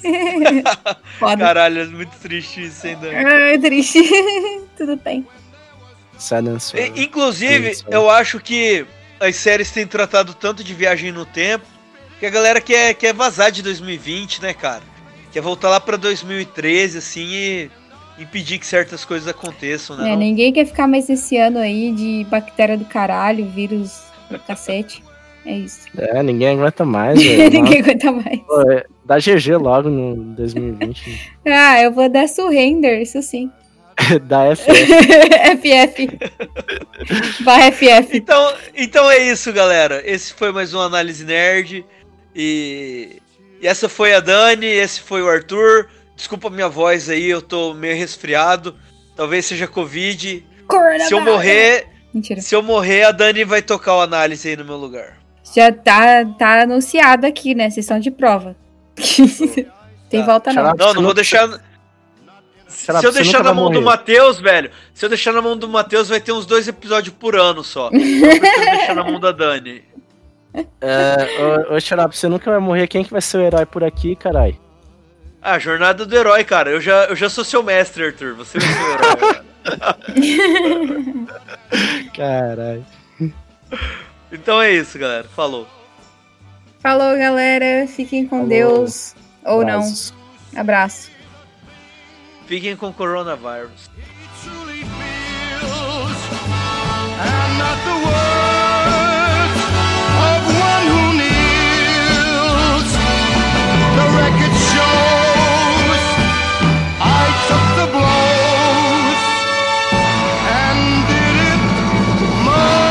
Foda. Caralho, é muito triste isso, hein, Dani? É triste. Tudo bem. Silence. E, inclusive, Sim, eu acho que as séries têm tratado tanto de viagem no tempo que a galera quer, quer vazar de dois mil e vinte, né, cara? Quer voltar lá pra dois mil e treze, assim, e impedir que certas coisas aconteçam, né? É, não? ninguém quer ficar mais esse ano aí de bactéria do caralho, vírus do cacete. É isso. É, ninguém aguenta mais, velho. Ninguém aguenta mais. Pô, é, dá G G logo no dois mil e vinte. Ah, eu vou dar surrender, isso sim. Dá F F. F F. Vai F F. Então, então é isso, galera. Esse foi mais uma Análise Nerd. E, e essa foi a Dani, esse foi o Arthur. Desculpa a minha voz aí, eu tô meio resfriado. Talvez seja Covid. Se eu morrer, Mentira. se eu morrer, a Dani vai tocar o Análise aí no meu lugar. Já tá, tá anunciado aqui, né? Sessão de prova. Tem Tá. volta não. Não, não vou deixar... Se Será, eu você deixar nunca na vai mão do morrer. Matheus, velho, se eu deixar na mão do Matheus, vai ter uns dois episódios por ano só. Então eu prefiro deixar na mão da Dani. É, ô, ô Xarap, você nunca vai morrer. Quem que vai ser o herói por aqui, carai? Ah, jornada do herói, cara. Eu já, eu já sou seu mestre, Arthur. Você vai ser o herói, cara. Caralho. Então é isso, galera. Falou. Falou, galera. Fiquem com Falou. Deus. Ou Abraços. não. Abraço. Fiquem com o coronavírus. truly feels, and not the words of one who kneels. The record shows I took the blows and did it my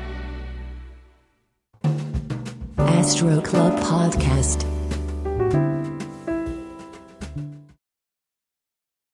Astro Club Podcast.